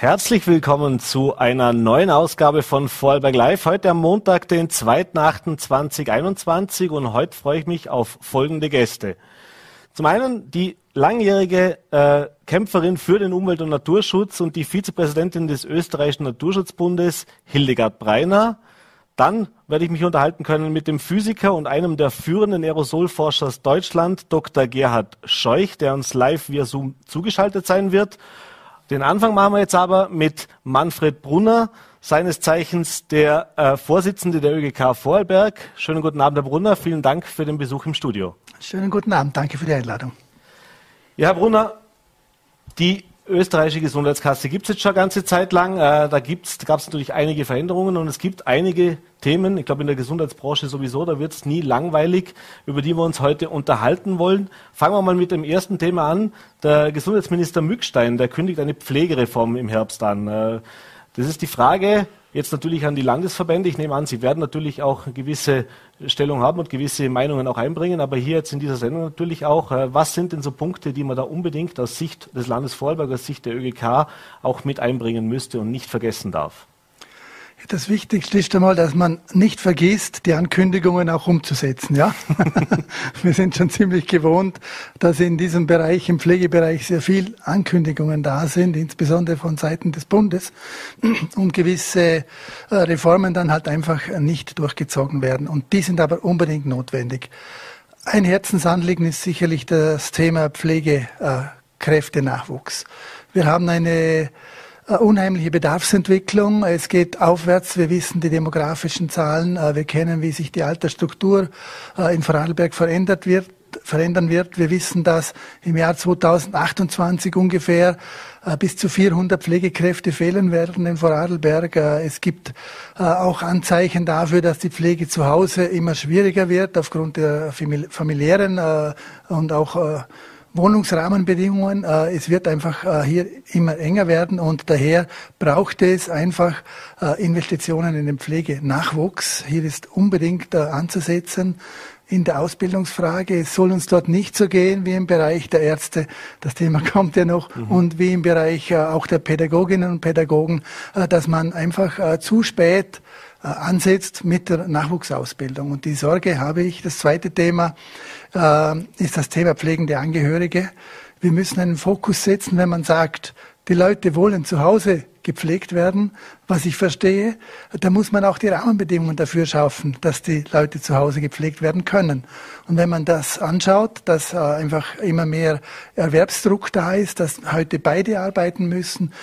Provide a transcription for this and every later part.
Herzlich willkommen zu einer neuen Ausgabe von Vorarlberg Live. Heute am Montag, den 2.8.2021 und heute freue ich mich auf folgende Gäste. Zum einen die langjährige Kämpferin für den Umwelt- und Naturschutz und die Vizepräsidentin des Österreichischen Naturschutzbundes, Hildegard Breiner. Dann werde ich mich unterhalten können mit dem Physiker und einem der führenden Aerosolforscher aus Deutschland, Dr. Gerhard Scheuch, der uns live via Zoom zugeschaltet sein wird. Den Anfang machen wir jetzt aber mit Manfred Brunner, seines Zeichens der Vorsitzende der ÖGK Vorarlberg. Schönen guten Abend, Herr Brunner. Vielen Dank für den Besuch im Studio. Schönen guten Abend. Danke für die Einladung. Ja, Herr Brunner, die österreichische Gesundheitskasse gibt es jetzt schon eine ganze Zeit lang. Da gab es natürlich einige Veränderungen und es gibt einige Themen, ich glaube in der Gesundheitsbranche sowieso, da wird es nie langweilig, über die wir uns heute unterhalten wollen. Fangen wir mal mit dem ersten Thema an. Der Gesundheitsminister Mückstein, der kündigt eine Pflegereform im Herbst an. Das ist die Frage jetzt natürlich an die Landesverbände. Ich nehme an, Sie werden natürlich auch eine gewisse Stellung haben und gewisse Meinungen auch einbringen. Aber hier jetzt in dieser Sendung natürlich auch, was sind denn so Punkte, die man da unbedingt aus Sicht des Landes Vorarlberg, aus Sicht der ÖGK auch mit einbringen müsste und nicht vergessen darf? Das Wichtigste ist einmal, dass man nicht vergisst, die Ankündigungen auch umzusetzen. Ja? Wir sind schon ziemlich gewohnt, dass in diesem Bereich, im Pflegebereich, sehr viel Ankündigungen da sind, insbesondere von Seiten des Bundes, und gewisse Reformen dann halt einfach nicht durchgezogen werden. Und die sind aber unbedingt notwendig. Ein Herzensanliegen ist sicherlich das Thema Pflegekräftenachwuchs. Wir haben eine unheimliche Bedarfsentwicklung. Es geht aufwärts. Wir wissen die demografischen Zahlen. Wir kennen, wie sich die Altersstruktur in Vorarlberg verändern wird. Wir wissen, dass im Jahr 2028 ungefähr bis zu 400 Pflegekräfte fehlen werden in Vorarlberg. Es gibt auch Anzeichen dafür, dass die Pflege zu Hause immer schwieriger wird aufgrund der familiären und auch Wohnungsrahmenbedingungen. Es wird einfach hier immer enger werden und daher braucht es einfach Investitionen in den Pflegenachwuchs. Hier ist unbedingt anzusetzen in der Ausbildungsfrage. Es soll uns dort nicht so gehen wie im Bereich der Ärzte. Das Thema kommt ja noch. Und wie im Bereich auch der Pädagoginnen und Pädagogen, dass man einfach zu spät ansetzt mit der Nachwuchsausbildung. Und die Sorge habe ich. Das zweite Thema ist das Thema pflegende Angehörige. Wir müssen einen Fokus setzen, wenn man sagt, die Leute wollen zu Hause gepflegt werden, was ich verstehe, da muss man auch die Rahmenbedingungen dafür schaffen, dass die Leute zu Hause gepflegt werden können. Und wenn man das anschaut, dass einfach immer mehr Erwerbsdruck da ist, dass heute beide arbeiten müssen,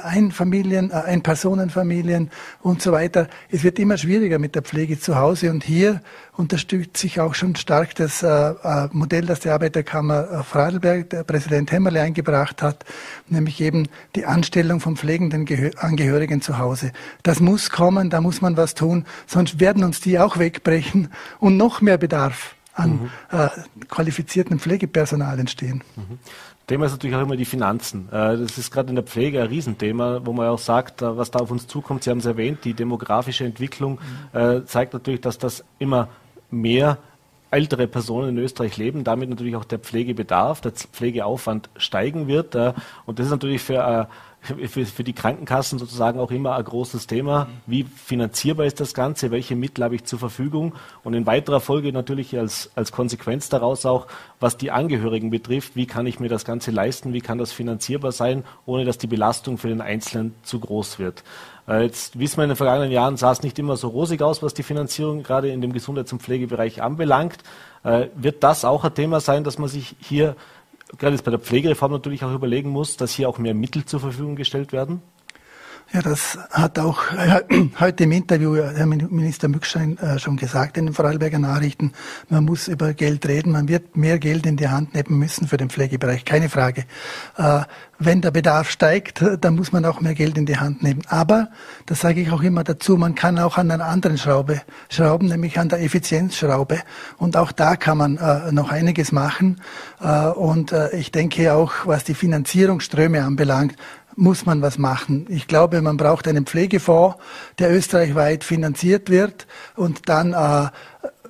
Ein-Personen-Familien und so weiter, es wird immer schwieriger mit der Pflege zu Hause und hier unterstützt sich auch schon stark das Modell, das die Arbeiterkammer Vorarlberg, der Präsident Hämmerle eingebracht hat, nämlich eben die Anstellung von pflegenden Angehörigen zu Hause. Das muss kommen, da muss man was tun, sonst werden uns die auch wegbrechen und noch mehr Bedarf an qualifiziertem Pflegepersonal entstehen. Thema ist natürlich auch immer die Finanzen. Das ist gerade in der Pflege ein Riesenthema, wo man auch sagt, was da auf uns zukommt. Sie haben es erwähnt, die demografische Entwicklung zeigt natürlich, dass das immer mehr ältere Personen in Österreich leben, damit natürlich auch der Pflegebedarf, der Pflegeaufwand steigen wird. Und das ist natürlich für die Krankenkassen sozusagen auch immer ein großes Thema. Wie finanzierbar ist das Ganze? Welche Mittel habe ich zur Verfügung? Und in weiterer Folge natürlich als Konsequenz daraus auch, was die Angehörigen betrifft. Wie kann ich mir das Ganze leisten? Wie kann das finanzierbar sein, ohne dass die Belastung für den Einzelnen zu groß wird? Jetzt wissen wir, in den vergangenen Jahren sah es nicht immer so rosig aus, was die Finanzierung gerade in dem Gesundheits- und Pflegebereich anbelangt. Wird das auch ein Thema sein, dass man sich hier gerade jetzt bei der Pflegereform natürlich auch überlegen muss, dass hier auch mehr Mittel zur Verfügung gestellt werden? Ja, das hat auch heute im Interview Herr Minister Mückstein schon gesagt in den Vorarlberger Nachrichten. Man muss über Geld reden, man wird mehr Geld in die Hand nehmen müssen für den Pflegebereich, keine Frage. Wenn der Bedarf steigt, dann muss man auch mehr Geld in die Hand nehmen. Aber, das sage ich auch immer dazu, man kann auch an einer anderen Schraube schrauben, nämlich an der Effizienzschraube. Und auch da kann man noch einiges machen. Und ich denke auch, was die Finanzierungsströme anbelangt, muss man was machen. Ich glaube, man braucht einen Pflegefonds, der österreichweit finanziert wird und dann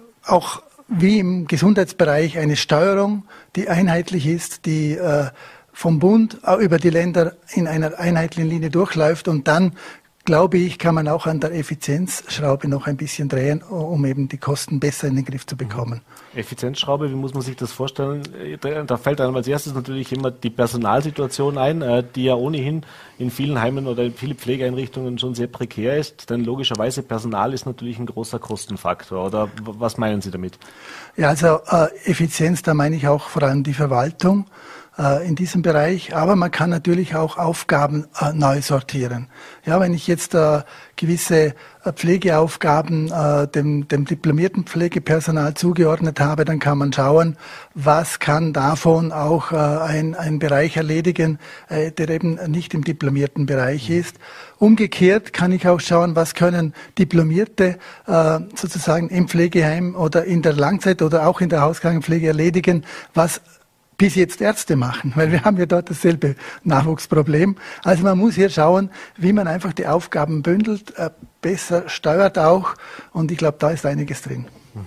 auch wie im Gesundheitsbereich eine Steuerung, die einheitlich ist, die vom Bund über die Länder in einer einheitlichen Linie durchläuft und dann, glaube ich, kann man auch an der Effizienzschraube noch ein bisschen drehen, um eben die Kosten besser in den Griff zu bekommen. Effizienzschraube, wie muss man sich das vorstellen? Da fällt einem als erstes natürlich immer die Personalsituation ein, die ja ohnehin in vielen Heimen oder in vielen Pflegeeinrichtungen schon sehr prekär ist, denn logischerweise Personal ist natürlich ein großer Kostenfaktor. Oder was meinen Sie damit? Ja, also Effizienz, da meine ich auch vor allem die Verwaltung in diesem Bereich, aber man kann natürlich auch Aufgaben neu sortieren. Ja, wenn ich jetzt gewisse Pflegeaufgaben dem diplomierten Pflegepersonal zugeordnet habe, dann kann man schauen, was kann davon auch ein Bereich erledigen, der eben nicht im diplomierten Bereich ist. Umgekehrt kann ich auch schauen, was können Diplomierte sozusagen im Pflegeheim oder in der Langzeit oder auch in der Hauskrankenpflege erledigen, was bis jetzt Ärzte machen, weil wir haben ja dort dasselbe Nachwuchsproblem. Also man muss hier schauen, wie man einfach die Aufgaben bündelt, besser steuert auch, und ich glaube, da ist einiges drin.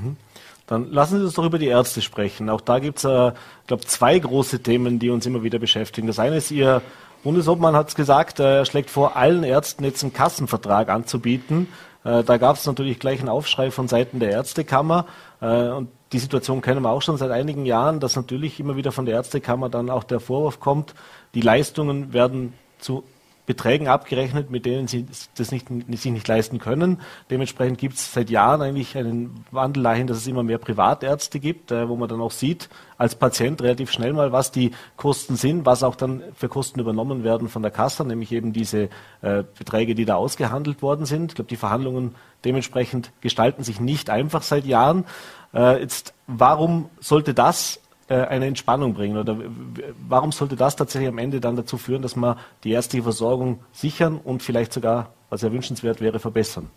Dann lassen Sie uns doch über die Ärzte sprechen. Auch da gibt es, glaube zwei große Themen, die uns immer wieder beschäftigen. Das eine ist, Ihr Bundesobmann hat es gesagt, er schlägt vor, allen Ärzten jetzt einen Kassenvertrag anzubieten. Da gab es natürlich gleich einen Aufschrei von Seiten der Ärztekammer, und die Situation kennen wir auch schon seit einigen Jahren, dass natürlich immer wieder von der Ärztekammer dann auch der Vorwurf kommt, die Leistungen werden zu Beträgen abgerechnet, mit denen sie das sich nicht leisten können. Dementsprechend gibt es seit Jahren eigentlich einen Wandel dahin, dass es immer mehr Privatärzte gibt, wo man dann auch sieht, als Patient relativ schnell mal, was die Kosten sind, was auch dann für Kosten übernommen werden von der Kasse, nämlich eben diese Beträge, die da ausgehandelt worden sind. Ich glaube, die Verhandlungen dementsprechend gestalten sich nicht einfach seit Jahren. Jetzt, warum sollte das eine Entspannung bringen, oder warum sollte das tatsächlich am Ende dann dazu führen, dass wir die ärztliche Versorgung sichern und vielleicht sogar, was ja wünschenswert wäre, verbessern?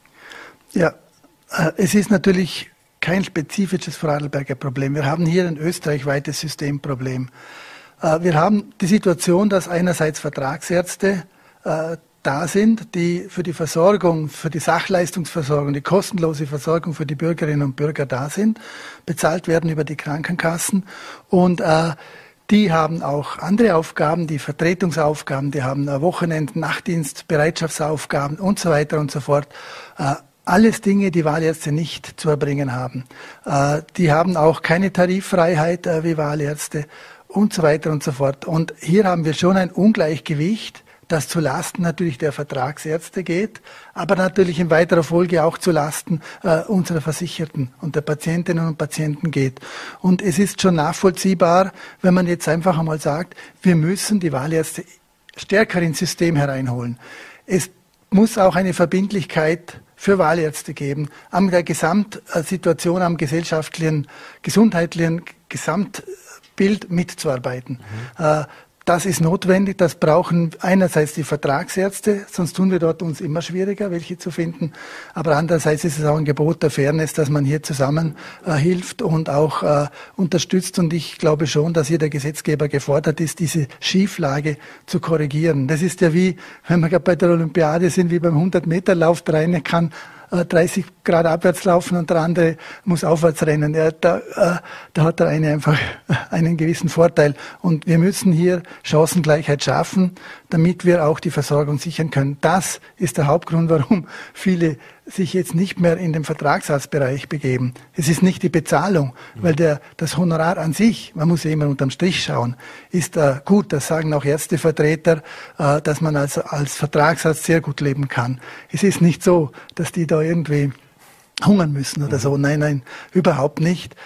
Ja, es ist natürlich kein spezifisches Vorarlberger Problem. Wir haben hier ein österreichweites Systemproblem. Wir haben die Situation, dass einerseits Vertragsärzte da sind, die für die Versorgung, für die Sachleistungsversorgung, die kostenlose Versorgung für die Bürgerinnen und Bürger da sind, bezahlt werden über die Krankenkassen, und die haben auch andere Aufgaben, die Vertretungsaufgaben, die haben Wochenend-, Nachtdienst, Bereitschaftsaufgaben und so weiter und so fort. Alles Dinge, die Wahlärzte nicht zu erbringen haben. Die haben auch keine Tariffreiheit wie Wahlärzte und so weiter und so fort. Und hier haben wir schon ein Ungleichgewicht, das zu Lasten natürlich der Vertragsärzte geht, aber natürlich in weiterer Folge auch zu Lasten unserer Versicherten und der Patientinnen und Patienten geht. Und es ist schon nachvollziehbar, wenn man jetzt einfach einmal sagt, wir müssen die Wahlärzte stärker ins System hereinholen. Es muss auch eine Verbindlichkeit für Wahlärzte geben, an der Gesamtsituation, am gesellschaftlichen, gesundheitlichen Gesamtbild mitzuarbeiten. Das ist notwendig, das brauchen einerseits die Vertragsärzte, sonst tun wir dort uns immer schwieriger, welche zu finden. Aber andererseits ist es auch ein Gebot der Fairness, dass man hier zusammen hilft und auch unterstützt. Und ich glaube schon, dass hier der Gesetzgeber gefordert ist, diese Schieflage zu korrigieren. Das ist ja wie, wenn wir gerade bei der Olympiade sind, wie beim 100-Meter-Lauf, der eine kann 30 Grad abwärts laufen und der andere muss aufwärts rennen. Da hat der eine einfach einen gewissen Vorteil. Und wir müssen hier Chancengleichheit schaffen, damit wir auch die Versorgung sichern können. Das ist der Hauptgrund, warum viele sich jetzt nicht mehr in den Vertragsarztbereich begeben. Es ist nicht die Bezahlung, weil das Honorar an sich, man muss ja immer unterm Strich schauen, ist gut. Das sagen auch Ärztevertreter, dass man als Vertragsarzt sehr gut leben kann. Es ist nicht so, dass die da irgendwie hungern müssen oder so. Nein, überhaupt nicht.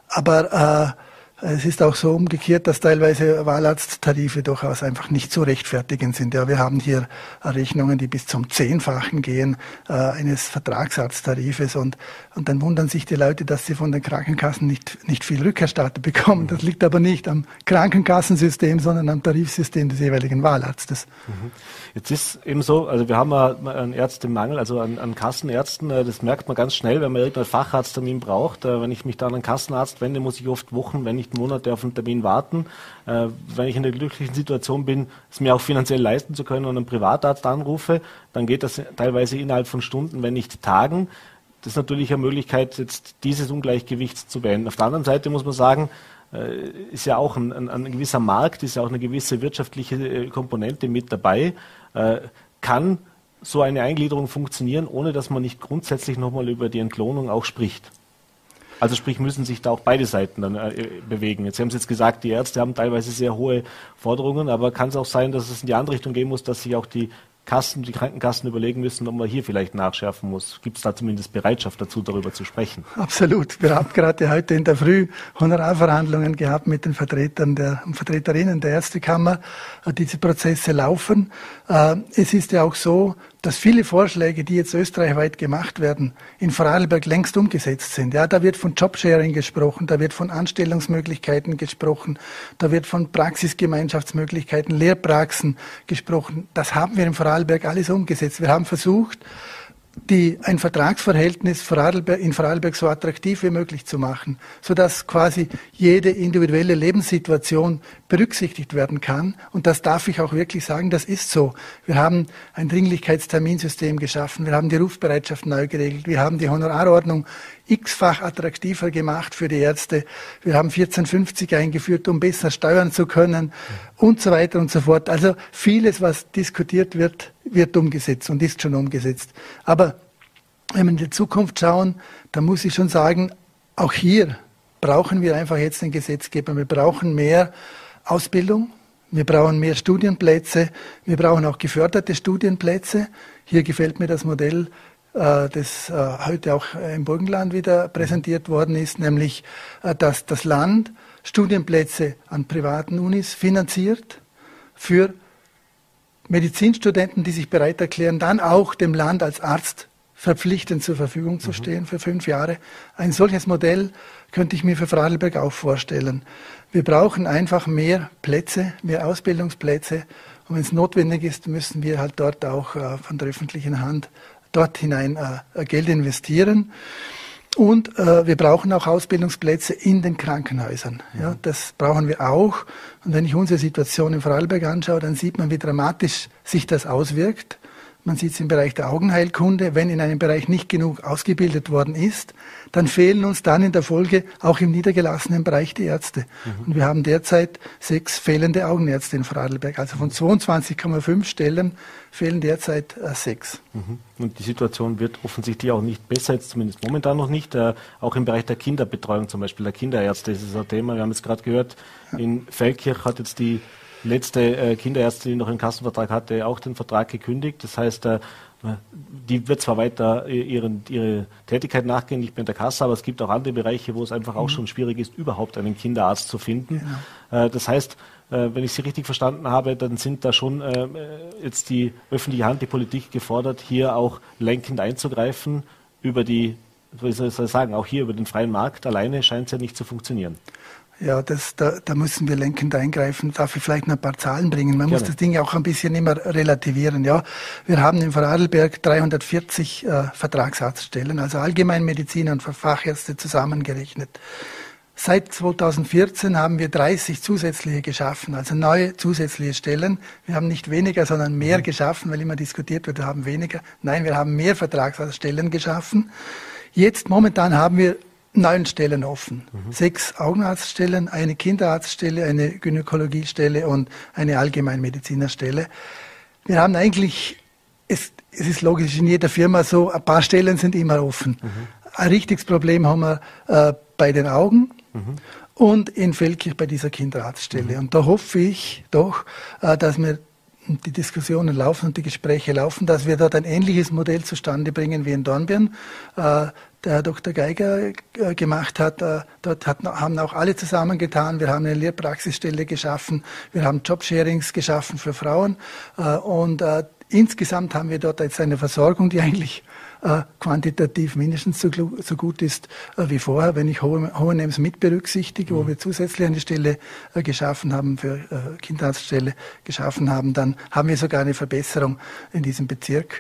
Aber es ist auch so umgekehrt, dass teilweise Wahlarzttarife durchaus einfach nicht zu rechtfertigen sind. Ja, wir haben hier Rechnungen, die bis zum 10-fachen gehen eines Vertragsarzttarifes, und dann wundern sich die Leute, dass sie von den Krankenkassen nicht viel Rückerstattung bekommen. Das liegt aber nicht am Krankenkassensystem, sondern am Tarifsystem des jeweiligen Wahlarztes. Jetzt ist eben so, also wir haben einen Ärztemangel, also an Kassenärzten. Das merkt man ganz schnell, wenn man irgendeinen Facharzttermin braucht. Wenn ich mich da an einen Kassenarzt wende, muss ich oft Wochen, wenn nicht Monate auf einen Termin warten. Wenn ich in der glücklichen Situation bin, es mir auch finanziell leisten zu können und einen Privatarzt anrufe, dann geht das teilweise innerhalb von Stunden, wenn nicht Tagen. das ist natürlich eine Möglichkeit, jetzt dieses Ungleichgewicht zu beenden. Auf der anderen Seite muss man sagen, ist ja auch ein gewisser Markt, ist ja auch eine gewisse wirtschaftliche Komponente mit dabei. Kann so eine Eingliederung funktionieren, ohne dass man nicht grundsätzlich nochmal über die Entlohnung auch spricht? Also sprich, müssen sich da auch beide Seiten dann bewegen. Jetzt haben Sie jetzt gesagt, die Ärzte haben teilweise sehr hohe Forderungen, aber kann es auch sein, dass es in die andere Richtung gehen muss, dass sich auch die Krankenkassen überlegen müssen, ob man hier vielleicht nachschärfen muss. Gibt es da zumindest Bereitschaft dazu, darüber zu sprechen? Absolut. Wir haben gerade heute in der Früh Honorarverhandlungen gehabt mit den Vertreterinnen der Ärztekammer. Diese Prozesse laufen. Es ist ja auch so, dass viele Vorschläge, die jetzt österreichweit gemacht werden, in Vorarlberg längst umgesetzt sind. Ja, da wird von Jobsharing gesprochen, da wird von Anstellungsmöglichkeiten gesprochen, da wird von Praxisgemeinschaftsmöglichkeiten, Lehrpraxen gesprochen. Das haben wir in Vorarlberg alles umgesetzt. Wir haben versucht, ein Vertragsverhältnis in Vorarlberg so attraktiv wie möglich zu machen, sodass quasi jede individuelle Lebenssituation berücksichtigt werden kann. Und das darf ich auch wirklich sagen, das ist so. Wir haben ein Dringlichkeitsterminsystem geschaffen, wir haben die Rufbereitschaft neu geregelt, wir haben die Honorarordnung x-fach attraktiver gemacht für die Ärzte, wir haben 1450 eingeführt, um besser steuern zu können und so weiter und so fort. Also vieles, was diskutiert wird, wird umgesetzt und ist schon umgesetzt. Aber wenn wir in die Zukunft schauen, dann muss ich schon sagen, auch hier brauchen wir einfach jetzt den Gesetzgeber. Wir brauchen mehr Ausbildung, wir brauchen mehr Studienplätze, wir brauchen auch geförderte Studienplätze. Hier gefällt mir das Modell, das heute auch im Burgenland wieder präsentiert worden ist, nämlich, dass das Land Studienplätze an privaten Unis finanziert für Medizinstudenten, die sich bereit erklären, dann auch dem Land als Arzt verpflichtend zur Verfügung zu stehen für 5 Jahre. Ein solches Modell könnte ich mir für Vorarlberg auch vorstellen. Wir brauchen einfach mehr Plätze, mehr Ausbildungsplätze. Und wenn es notwendig ist, müssen wir halt dort auch von der öffentlichen Hand dort hinein Geld investieren. Und wir brauchen auch Ausbildungsplätze in den Krankenhäusern. Ja, das brauchen wir auch. Und wenn ich unsere Situation in Vorarlberg anschaue, dann sieht man, wie dramatisch sich das auswirkt. Man sieht es im Bereich der Augenheilkunde. Wenn in einem Bereich nicht genug ausgebildet worden ist, dann fehlen uns dann in der Folge auch im niedergelassenen Bereich die Ärzte. Und wir haben derzeit 6 fehlende Augenärzte in Vorarlberg. Also von 22,5 Stellen fehlen derzeit 6. Und die Situation wird offensichtlich auch nicht besser, jetzt zumindest momentan noch nicht. Auch im Bereich der Kinderbetreuung zum Beispiel, der Kinderärzte ist es ein Thema. Wir haben jetzt gerade gehört, in Feldkirch hat jetzt die letzte Kinderärztin, die noch einen Kassenvertrag hatte, auch den Vertrag gekündigt. Das heißt, die wird zwar weiter ihre Tätigkeit nachgehen, nicht mehr in der Kasse, aber es gibt auch andere Bereiche, wo es einfach auch schon schwierig ist, überhaupt einen Kinderarzt zu finden. Genau. Das heißt, wenn ich Sie richtig verstanden habe, dann sind da schon jetzt die öffentliche Hand, die Politik gefordert, hier auch lenkend einzugreifen über wie soll ich sagen, auch hier über den freien Markt. Alleine scheint es ja nicht zu funktionieren. Ja, da müssen wir lenkend eingreifen. Darf ich vielleicht noch ein paar Zahlen bringen? Man muss das Ding auch ein bisschen immer relativieren. Ja, wir haben in Vorarlberg 340 Vertragsarztstellen, also Allgemeinmediziner und Fachärzte zusammengerechnet. Seit 2014 haben wir 30 zusätzliche geschaffen, also neue zusätzliche Stellen. Wir haben nicht weniger, sondern mehr geschaffen, weil immer diskutiert wird, wir haben weniger. Nein, wir haben mehr Vertragsarztstellen geschaffen. Jetzt momentan haben wir 9 Stellen offen. 6 Augenarztstellen, eine Kinderarztstelle, eine Gynäkologiestelle und eine Allgemeinmedizinerstelle. Wir haben eigentlich, es ist logisch in jeder Firma so, ein paar Stellen sind immer offen. Ein richtiges Problem haben wir bei den Augen und in Feldkirch bei dieser Kinderarztstelle. Und da hoffe ich doch, dass wir die Diskussionen laufen und die Gespräche laufen, dass wir dort ein ähnliches Modell zustande bringen wie in Dornbirn. Der Herr Dr. Geiger gemacht hat. Dort haben auch alle zusammengetan. Wir haben eine Lehrpraxisstelle geschaffen. Wir haben Jobsharings geschaffen für Frauen. Und insgesamt haben wir dort jetzt eine Versorgung, die eigentlich quantitativ mindestens so gut ist wie vorher. Wenn ich Hohenems mit berücksichtige, wo wir zusätzlich eine Stelle geschaffen haben, für Kinderarztstelle geschaffen haben, dann haben wir sogar eine Verbesserung in diesem Bezirk.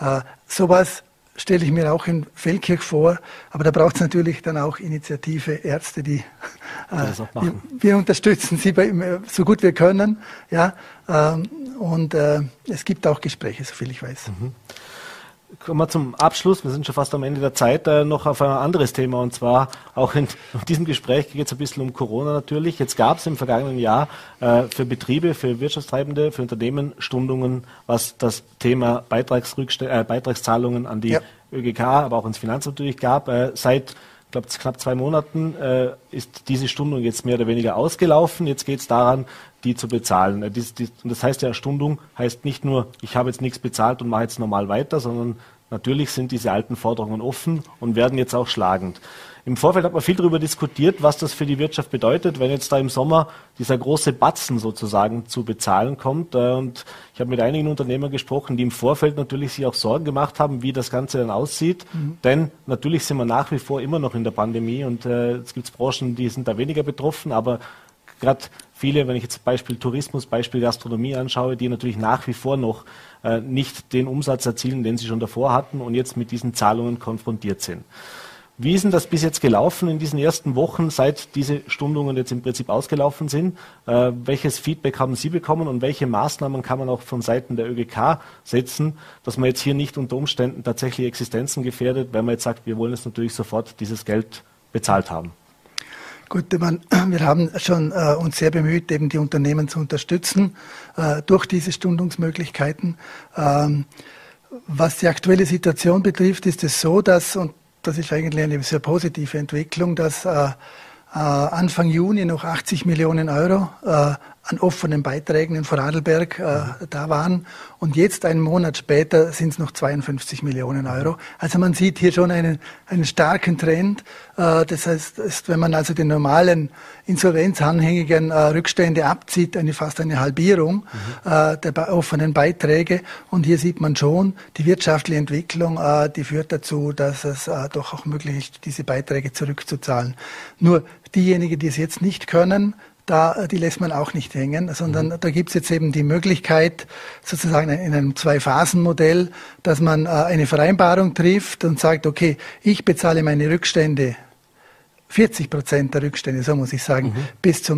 Sowas stelle ich mir auch in Feldkirch vor, aber da braucht es natürlich dann auch Initiative, Ärzte, die das auch machen. Wir unterstützen sie so gut wir können, ja, und es gibt auch Gespräche, soviel ich weiß. Kommen wir zum Abschluss, wir sind schon fast am Ende der Zeit, noch auf ein anderes Thema, und zwar auch in diesem Gespräch geht es ein bisschen um Corona natürlich. Jetzt gab es im vergangenen Jahr für Betriebe, für Wirtschaftstreibende, für Unternehmen Stundungen, was das Thema Beitragszahlungen an die ÖGK, aber auch ins Finanzamt natürlich gab. Seit, ich glaube, knapp 2 Monaten ist diese Stundung jetzt mehr oder weniger ausgelaufen. Jetzt geht es daran, die zu bezahlen. Und das heißt ja, Stundung heißt nicht nur, ich habe jetzt nichts bezahlt und mache jetzt normal weiter, sondern natürlich sind diese alten Forderungen offen und werden jetzt auch schlagend. Im Vorfeld hat man viel darüber diskutiert, was das für die Wirtschaft bedeutet, wenn jetzt da im Sommer dieser große Batzen sozusagen zu bezahlen kommt. Und ich habe mit einigen Unternehmern gesprochen, die im Vorfeld natürlich sich auch Sorgen gemacht haben, wie das Ganze dann aussieht. Denn natürlich sind wir nach wie vor immer noch in der Pandemie und es gibt Branchen, die sind da weniger betroffen, aber gerade viele, wenn ich jetzt Beispiel Tourismus, Beispiel Gastronomie anschaue, die natürlich nach wie vor noch nicht den Umsatz erzielen, den sie schon davor hatten und jetzt mit diesen Zahlungen konfrontiert sind. Wie ist denn das bis jetzt gelaufen in diesen ersten Wochen, seit diese Stundungen jetzt im Prinzip ausgelaufen sind? Welches Feedback haben Sie bekommen und welche Maßnahmen kann man auch von Seiten der ÖGK setzen, dass man jetzt hier nicht unter Umständen tatsächlich Existenzen gefährdet, wenn man jetzt sagt, wir wollen jetzt natürlich sofort dieses Geld bezahlt haben? Gut, wir haben schon uns sehr bemüht, eben die Unternehmen zu unterstützen durch diese Stundungsmöglichkeiten. Was die aktuelle Situation betrifft, ist es so, dass, und das ist eigentlich eine sehr positive Entwicklung, dass Anfang Juni noch 80 Millionen Euro an offenen Beiträgen in Vorarlberg da waren. Und jetzt, einen Monat später, sind es noch 52 Millionen Euro. Also man sieht hier schon einen starken Trend. Das heißt, wenn man also den normalen insolvenzanhängigen Rückstände abzieht, fast eine Halbierung der offenen Beiträge. Und hier sieht man schon, die wirtschaftliche Entwicklung, die führt dazu, dass es doch auch möglich ist, diese Beiträge zurückzuzahlen. Nur diejenigen, die es jetzt nicht können, die lässt man auch nicht hängen, sondern da gibt es jetzt eben die Möglichkeit, sozusagen in einem 2-Phasen-Modell, dass man eine Vereinbarung trifft und sagt, okay, ich bezahle meine Rückstände, 40% der Rückstände, so muss ich sagen, bis zum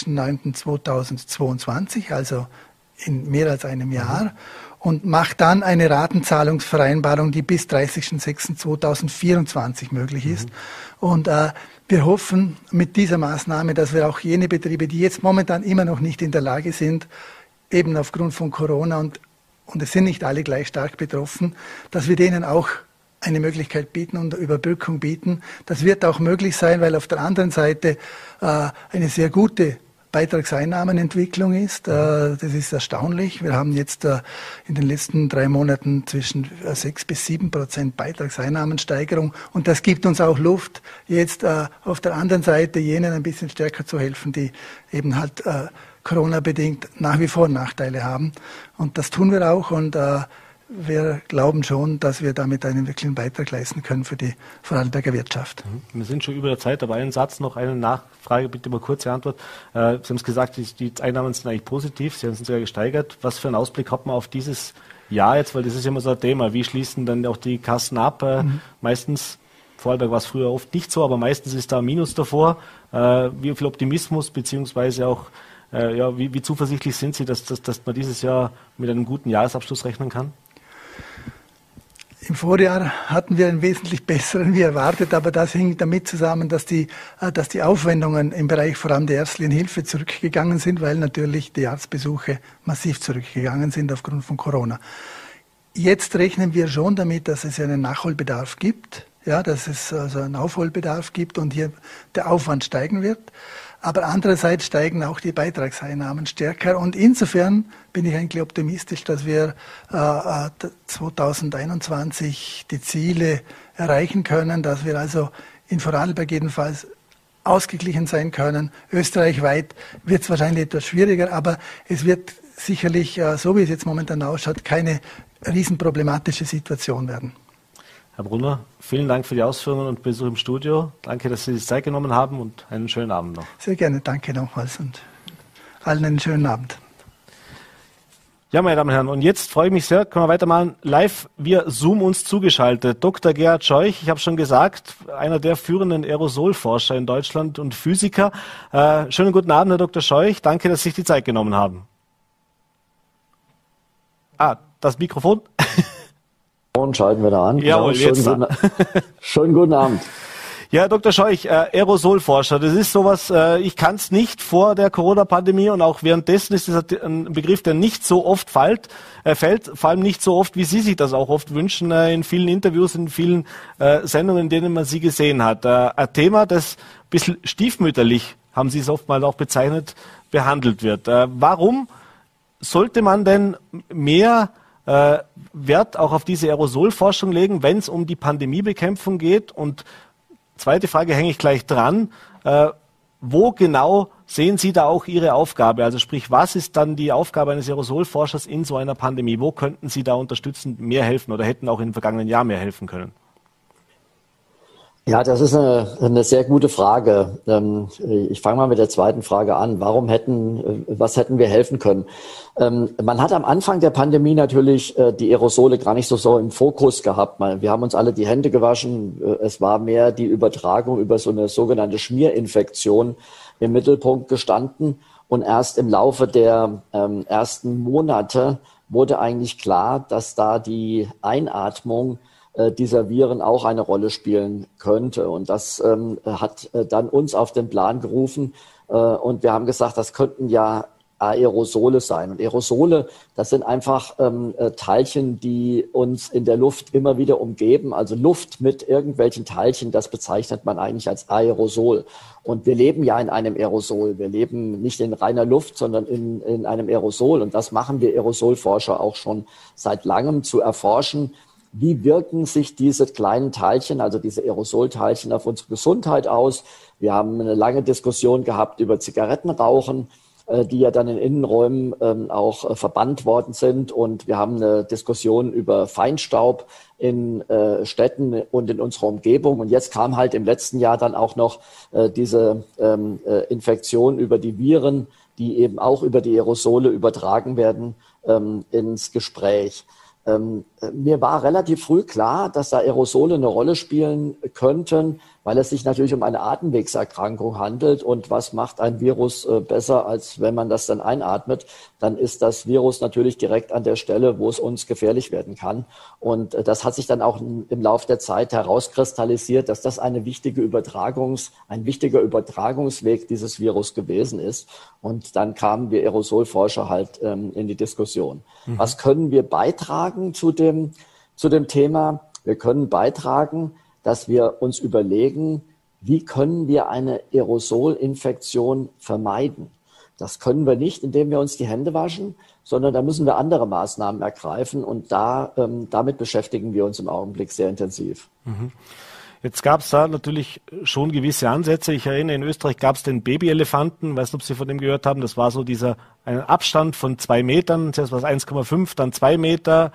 30.09.2022, also in mehr als einem Jahr, und macht dann eine Ratenzahlungsvereinbarung, die bis 30.06.2024 möglich ist. Und wir hoffen mit dieser Maßnahme, dass wir auch jene Betriebe, die jetzt momentan immer noch nicht in der Lage sind, eben aufgrund von Corona, und es sind nicht alle gleich stark betroffen, dass wir denen auch eine Möglichkeit bieten und Überbrückung bieten. Das wird auch möglich sein, weil auf der anderen Seite eine sehr gute Beitragseinnahmenentwicklung ist. Das ist erstaunlich. Wir haben jetzt in den letzten 3 Monaten zwischen 6-7% Beitragseinnahmensteigerung, und das gibt uns auch Luft, jetzt auf der anderen Seite jenen ein bisschen stärker zu helfen, die eben halt Corona-bedingt nach wie vor Nachteile haben. Und das tun wir auch, und wir glauben schon, dass wir damit einen wirklichen Beitrag leisten können für die Vorarlberger Wirtschaft. Wir sind schon über der Zeit, aber einen Satz noch, eine Nachfrage, bitte mal kurze Antwort. Sie haben es gesagt, die Einnahmen sind eigentlich positiv, sie haben sich sogar gesteigert. Was für einen Ausblick hat man auf dieses Jahr jetzt? Weil das ist ja immer so ein Thema. Wie schließen dann auch die Kassen ab? Meistens, Vorarlberg war es früher oft nicht so, aber meistens ist da ein Minus davor. Wie viel Optimismus, beziehungsweise auch, wie zuversichtlich sind Sie, dass man dieses Jahr mit einem guten Jahresabschluss rechnen kann? Im Vorjahr hatten wir einen wesentlich besseren wie erwartet, aber das hing damit zusammen, dass die Aufwendungen im Bereich vor allem der ärztlichen Hilfe zurückgegangen sind, weil natürlich die Arztbesuche massiv zurückgegangen sind aufgrund von Corona. Jetzt rechnen wir schon damit, dass es einen Nachholbedarf gibt, dass es also einen Aufholbedarf gibt und hier der Aufwand steigen wird. Aber andererseits steigen auch die Beitragseinnahmen stärker, und insofern bin ich eigentlich optimistisch, dass wir 2021 die Ziele erreichen können, dass wir also in Vorarlberg jedenfalls ausgeglichen sein können. Österreichweit wird es wahrscheinlich etwas schwieriger, aber es wird sicherlich, so wie es jetzt momentan ausschaut, keine riesenproblematische Situation werden. Herr Brunner, vielen Dank für die Ausführungen und Besuch im Studio. Danke, dass Sie sich Zeit genommen haben, und einen schönen Abend noch. Sehr gerne, danke nochmals, und allen einen schönen Abend. Ja, meine Damen und Herren, und jetzt freue ich mich sehr, können wir weitermachen, live via Zoom uns zugeschaltet. Dr. Gerhard Scheuch, ich habe schon gesagt, einer der führenden Aerosolforscher in Deutschland und Physiker. Schönen guten Abend, Herr Dr. Scheuch, danke, dass Sie sich die Zeit genommen haben. Das Mikrofon. Schalten wir da an. Jawohl, Schönen guten Abend. Ja, Herr Dr. Scheuch, Aerosolforscher, das ist sowas, ich kann es nicht vor der Corona-Pandemie und auch währenddessen ist das ein Begriff, der nicht so oft fällt, vor allem nicht so oft, wie Sie sich das auch oft wünschen, in vielen Interviews, in vielen Sendungen, in denen man Sie gesehen hat. Ein Thema, das ein bisschen stiefmütterlich, haben Sie es oftmals auch bezeichnet, behandelt wird. Warum sollte man denn mehr Wert auch auf diese Aerosolforschung legen, wenn es um die Pandemiebekämpfung geht? Und zweite Frage hänge ich gleich dran. Wo genau sehen Sie da auch Ihre Aufgabe? Also sprich, was ist dann die Aufgabe eines Aerosolforschers in so einer Pandemie? Wo könnten Sie da unterstützend mehr helfen oder hätten auch im vergangenen Jahr mehr helfen können? Ja, das ist eine sehr gute Frage. Ich fange mal mit der zweiten Frage an. Was hätten wir helfen können? Man hat am Anfang der Pandemie natürlich die Aerosole gar nicht so im Fokus gehabt. Wir haben uns alle die Hände gewaschen. Es war mehr die Übertragung über so eine sogenannte Schmierinfektion im Mittelpunkt gestanden. Und erst im Laufe der ersten Monate wurde eigentlich klar, dass da die Einatmung dieser Viren auch eine Rolle spielen könnte. Und das hat dann uns auf den Plan gerufen. Und wir haben gesagt, das könnten ja Aerosole sein. Und Aerosole, das sind einfach Teilchen, die uns in der Luft immer wieder umgeben. Also Luft mit irgendwelchen Teilchen, das bezeichnet man eigentlich als Aerosol. Und wir leben ja in einem Aerosol. Wir leben nicht in reiner Luft, sondern in einem Aerosol. Und das machen wir Aerosolforscher auch schon seit langem, zu erforschen, wie wirken sich diese kleinen Teilchen, also diese Aerosolteilchen, auf unsere Gesundheit aus? Wir haben eine lange Diskussion gehabt über Zigarettenrauchen, die ja dann in Innenräumen auch verbannt worden sind. Und wir haben eine Diskussion über Feinstaub in Städten und in unserer Umgebung. Und jetzt kam halt im letzten Jahr dann auch noch diese Infektion über die Viren, die eben auch über die Aerosole übertragen werden, ins Gespräch. Mir war relativ früh klar, dass da Aerosole eine Rolle spielen könnten, weil es sich natürlich um eine Atemwegserkrankung handelt. Und was macht ein Virus besser, als wenn man das dann einatmet? Dann ist das Virus natürlich direkt an der Stelle, wo es uns gefährlich werden kann. Und das hat sich dann auch im Laufe der Zeit herauskristallisiert, dass das ein wichtiger Übertragungsweg dieses Virus gewesen ist. Und dann kamen wir Aerosolforscher halt in die Diskussion. Was können wir beitragen zu dem Thema? Wir können beitragen, dass wir uns überlegen, wie können wir eine Aerosolinfektion vermeiden. Das können wir nicht, indem wir uns die Hände waschen, sondern da müssen wir andere Maßnahmen ergreifen und damit beschäftigen wir uns im Augenblick sehr intensiv. Jetzt gab es da natürlich schon gewisse Ansätze. Ich erinnere, in Österreich gab es den Babyelefanten. Ich weiß nicht, ob Sie von dem gehört haben. Das war so ein Abstand von 2 Metern. Zuerst war es 1,5, dann 2 Meter.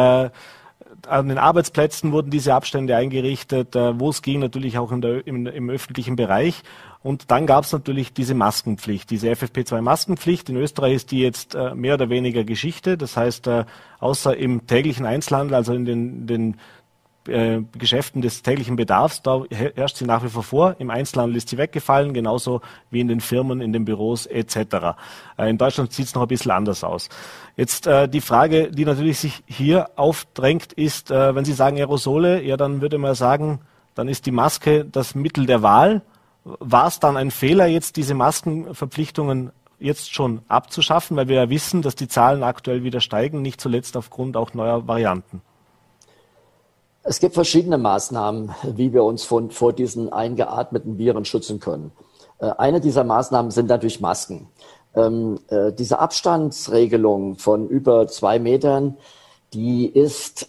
An den Arbeitsplätzen wurden diese Abstände eingerichtet, wo es ging, natürlich auch im öffentlichen Bereich. Und dann gab es natürlich diese Maskenpflicht, diese FFP2-Maskenpflicht. In Österreich ist die jetzt mehr oder weniger Geschichte. Das heißt, außer im täglichen Einzelhandel, also in den Geschäften des täglichen Bedarfs, da herrscht sie nach wie vor vor. Im Einzelhandel ist sie weggefallen, genauso wie in den Firmen, in den Büros etc. In Deutschland sieht es noch ein bisschen anders aus. Jetzt die Frage, die natürlich sich hier aufdrängt, ist, wenn Sie sagen Aerosole, ja, dann würde man sagen, dann ist die Maske das Mittel der Wahl. War es dann ein Fehler, jetzt diese Maskenverpflichtungen jetzt schon abzuschaffen, weil wir ja wissen, dass die Zahlen aktuell wieder steigen, nicht zuletzt aufgrund auch neuer Varianten? Es gibt verschiedene Maßnahmen, wie wir uns vor diesen eingeatmeten Viren schützen können. Eine dieser Maßnahmen sind natürlich Masken. Diese Abstandsregelung von über 2 Metern, die ist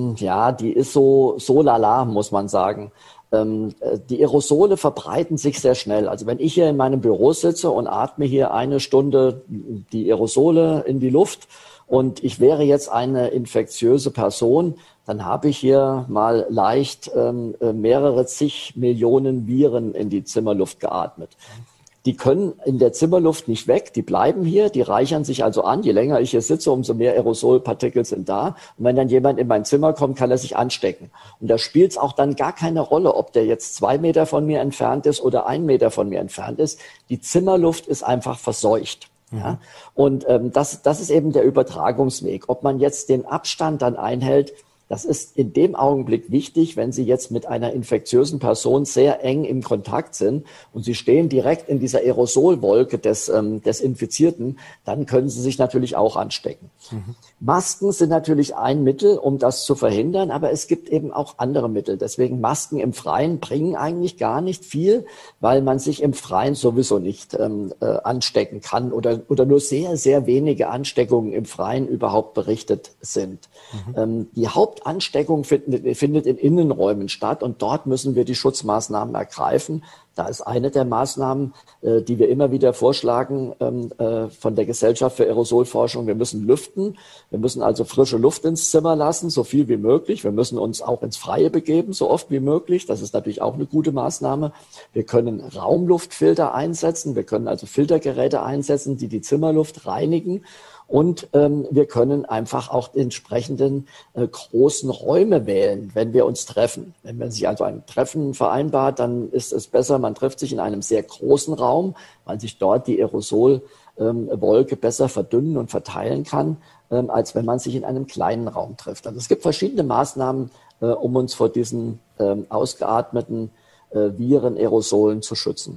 so lala, muss man sagen. Die Aerosole verbreiten sich sehr schnell. Also wenn ich hier in meinem Büro sitze und atme hier 1 Stunde die Aerosole in die Luft und ich wäre jetzt eine infektiöse Person, dann habe ich hier mal leicht mehrere zig Millionen Viren in die Zimmerluft geatmet. Die können in der Zimmerluft nicht weg, die bleiben hier, die reichern sich also an. Je länger ich hier sitze, umso mehr Aerosolpartikel sind da. Und wenn dann jemand in mein Zimmer kommt, kann er sich anstecken. Und da spielt es auch dann gar keine Rolle, ob der jetzt 2 Meter von mir entfernt ist oder 1 Meter von mir entfernt ist. Die Zimmerluft ist einfach verseucht. Ja? Und das ist eben der Übertragungsweg. Ob man jetzt den Abstand dann einhält, Das ist in dem Augenblick wichtig, wenn Sie jetzt mit einer infektiösen Person sehr eng im Kontakt sind und Sie stehen direkt in dieser Aerosolwolke des Infizierten, dann können Sie sich natürlich auch anstecken. Masken sind natürlich ein Mittel, um das zu verhindern, aber es gibt eben auch andere Mittel. Deswegen Masken im Freien bringen eigentlich gar nicht viel, weil man sich im Freien sowieso nicht anstecken kann oder nur sehr, sehr wenige Ansteckungen im Freien überhaupt berichtet sind. Die Hauptansteckung findet in Innenräumen statt und dort müssen wir die Schutzmaßnahmen ergreifen. Da ist eine der Maßnahmen, die wir immer wieder vorschlagen von der Gesellschaft für Aerosolforschung. Wir müssen lüften. Wir müssen also frische Luft ins Zimmer lassen, so viel wie möglich. Wir müssen uns auch ins Freie begeben, so oft wie möglich. Das ist natürlich auch eine gute Maßnahme. Wir können Raumluftfilter einsetzen. Wir können also Filtergeräte einsetzen, die die Zimmerluft reinigen. Und wir können einfach auch die entsprechenden großen Räume wählen, wenn wir uns treffen. Wenn man sich also ein Treffen vereinbart, dann ist es besser, man trifft sich in einem sehr großen Raum, weil sich dort die Aerosolwolke besser verdünnen und verteilen kann, als wenn man sich in einem kleinen Raum trifft. Also es gibt verschiedene Maßnahmen, um uns vor diesen ausgeatmeten Viren, Aerosolen zu schützen.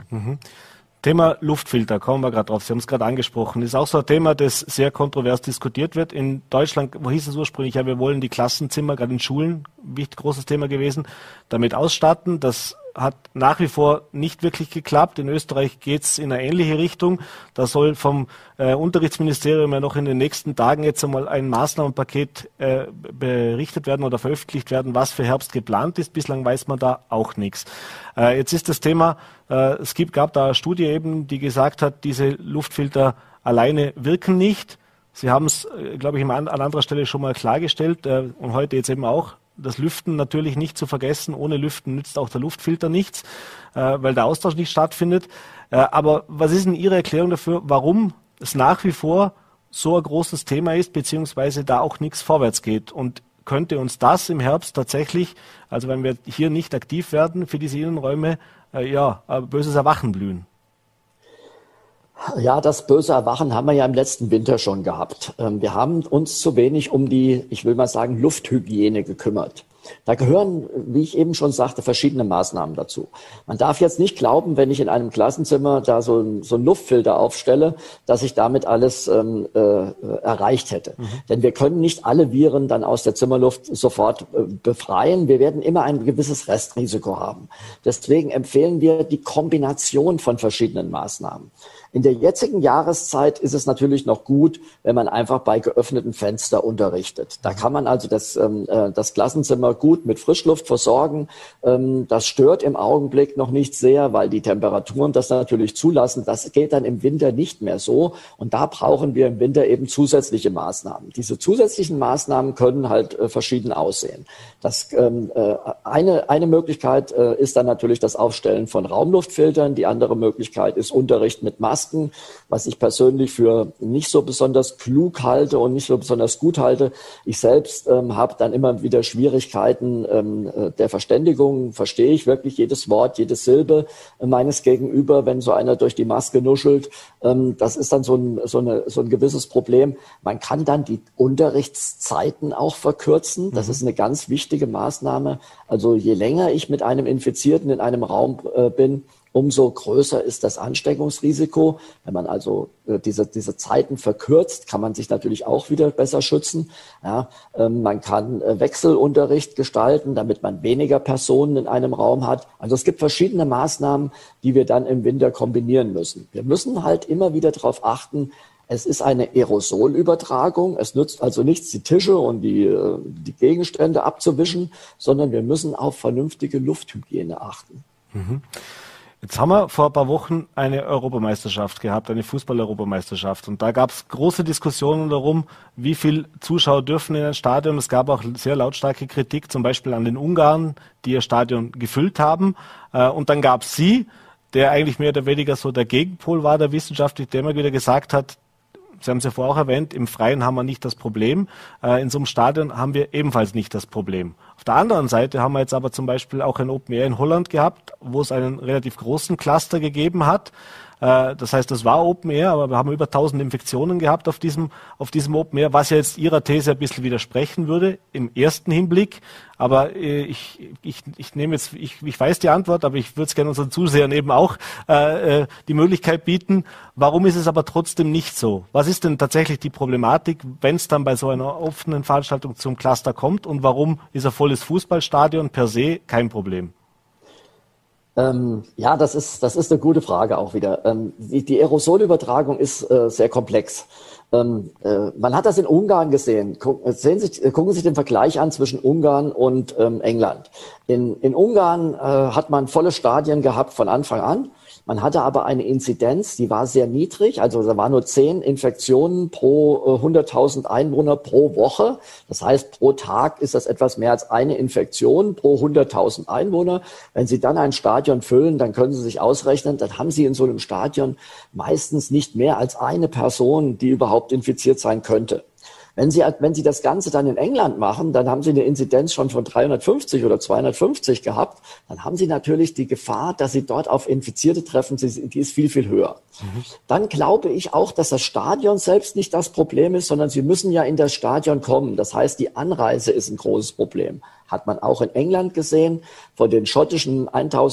Thema Luftfilter, kommen wir gerade drauf. Sie haben es gerade angesprochen. Ist auch so ein Thema, das sehr kontrovers diskutiert wird. In Deutschland, wo hieß es ursprünglich, ja, wir wollen die Klassenzimmer, gerade in Schulen, wichtig großes Thema gewesen, damit ausstatten. Das hat nach wie vor nicht wirklich geklappt. In Österreich geht's in eine ähnliche Richtung. Da soll vom Unterrichtsministerium ja noch in den nächsten Tagen jetzt einmal ein Maßnahmenpaket berichtet werden oder veröffentlicht werden, was für Herbst geplant ist. Bislang weiß man da auch nichts. Jetzt ist das Thema, gab da eine Studie eben, die gesagt hat, diese Luftfilter alleine wirken nicht. Sie haben es, glaube ich, an anderer Stelle schon mal klargestellt und heute jetzt eben auch. Das Lüften natürlich nicht zu vergessen. Ohne Lüften nützt auch der Luftfilter nichts, weil der Austausch nicht stattfindet. Aber was ist denn Ihre Erklärung dafür, warum es nach wie vor so ein großes Thema ist, beziehungsweise da auch nichts vorwärts geht? Und könnte uns das im Herbst tatsächlich, also wenn wir hier nicht aktiv werden für diese Innenräume, ein böses Erwachen blühen? Ja, das böse Erwachen haben wir ja im letzten Winter schon gehabt. Wir haben uns zu wenig um die, ich will mal sagen, Lufthygiene gekümmert. Da gehören, wie ich eben schon sagte, verschiedene Maßnahmen dazu. Man darf jetzt nicht glauben, wenn ich in einem Klassenzimmer da so einen Luftfilter aufstelle, dass ich damit alles erreicht hätte. Denn wir können nicht alle Viren dann aus der Zimmerluft sofort befreien. Wir werden immer ein gewisses Restrisiko haben. Deswegen empfehlen wir die Kombination von verschiedenen Maßnahmen. In der jetzigen Jahreszeit ist es natürlich noch gut, wenn man einfach bei geöffneten Fenstern unterrichtet. Da kann man also das Klassenzimmer gut mit Frischluft versorgen. Das stört im Augenblick noch nicht sehr, weil die Temperaturen das natürlich zulassen. Das geht dann im Winter nicht mehr so. Und da brauchen wir im Winter eben zusätzliche Maßnahmen. Diese zusätzlichen Maßnahmen können halt verschieden aussehen. Eine Möglichkeit ist dann natürlich das Aufstellen von Raumluftfiltern. Die andere Möglichkeit ist Unterricht mit Masken, was ich persönlich für nicht so besonders klug halte und nicht so besonders gut halte. Ich selbst habe dann immer wieder Schwierigkeiten der Verständigung. Verstehe ich wirklich jedes Wort, jede Silbe meines Gegenüber, wenn so einer durch die Maske nuschelt? Das ist dann so ein gewisses Problem. Man kann dann die Unterrichtszeiten auch verkürzen. Das ist eine ganz wichtige Maßnahme. Also je länger ich mit einem Infizierten in einem Raum bin, umso größer ist das Ansteckungsrisiko. Wenn man also diese Zeiten verkürzt, kann man sich natürlich auch wieder besser schützen. Ja, man kann Wechselunterricht gestalten, damit man weniger Personen in einem Raum hat. Also es gibt verschiedene Maßnahmen, die wir dann im Winter kombinieren müssen. Wir müssen halt immer wieder darauf achten, es ist eine Aerosolübertragung. Es nützt also nichts, die Tische und die Gegenstände abzuwischen, sondern wir müssen auf vernünftige Lufthygiene achten. Jetzt haben wir vor ein paar Wochen eine Europameisterschaft gehabt, eine Fußball-Europameisterschaft. Und da gab es große Diskussionen darum, wie viel Zuschauer dürfen in ein Stadion. Es gab auch sehr lautstarke Kritik, zum Beispiel an den Ungarn, die ihr Stadion gefüllt haben. Und dann gab es Sie, der eigentlich mehr oder weniger so der Gegenpol war, der wissenschaftlich, der immer wieder gesagt hat, Sie haben es ja vorher auch erwähnt, im Freien haben wir nicht das Problem. In so einem Stadion haben wir ebenfalls nicht das Problem. Auf der anderen Seite haben wir jetzt aber zum Beispiel auch ein Open Air in Holland gehabt, wo es einen relativ großen Cluster gegeben hat. Das heißt, das war Open Air, aber wir haben über 1000 Infektionen gehabt auf diesem Open Air, was ja jetzt Ihrer These ein bisschen widersprechen würde im ersten Hinblick. Aber ich weiß die Antwort, aber ich würde es gerne unseren Zusehern eben auch die Möglichkeit bieten. Warum ist es aber trotzdem nicht so? Was ist denn tatsächlich die Problematik, wenn es dann bei so einer offenen Veranstaltung zum Cluster kommt? Und warum ist ein volles Fußballstadion per se kein Problem? Ja, das ist eine gute Frage auch wieder. Die Aerosolübertragung ist sehr komplex. Man hat das in Ungarn gesehen. Gucken Sie sich den Vergleich an zwischen Ungarn und England. In Ungarn hat man volle Stadien gehabt von Anfang an. Man hatte aber eine Inzidenz, die war sehr niedrig, also da waren nur 10 Infektionen pro 100.000 Einwohner pro Woche. Das heißt, pro Tag ist das etwas mehr als eine Infektion pro 100.000 Einwohner. Wenn Sie dann ein Stadion füllen, dann können Sie sich ausrechnen, dann haben Sie in so einem Stadion meistens nicht mehr als eine Person, die überhaupt infiziert sein könnte. Wenn Sie das Ganze dann in England machen, dann haben Sie eine Inzidenz schon von 350 oder 250 gehabt. Dann haben Sie natürlich die Gefahr, dass Sie dort auf Infizierte treffen, die ist viel, viel höher. Dann glaube ich auch, dass das Stadion selbst nicht das Problem ist, sondern Sie müssen ja in das Stadion kommen. Das heißt, die Anreise ist ein großes Problem. Hat man auch in England gesehen. Von den schottischen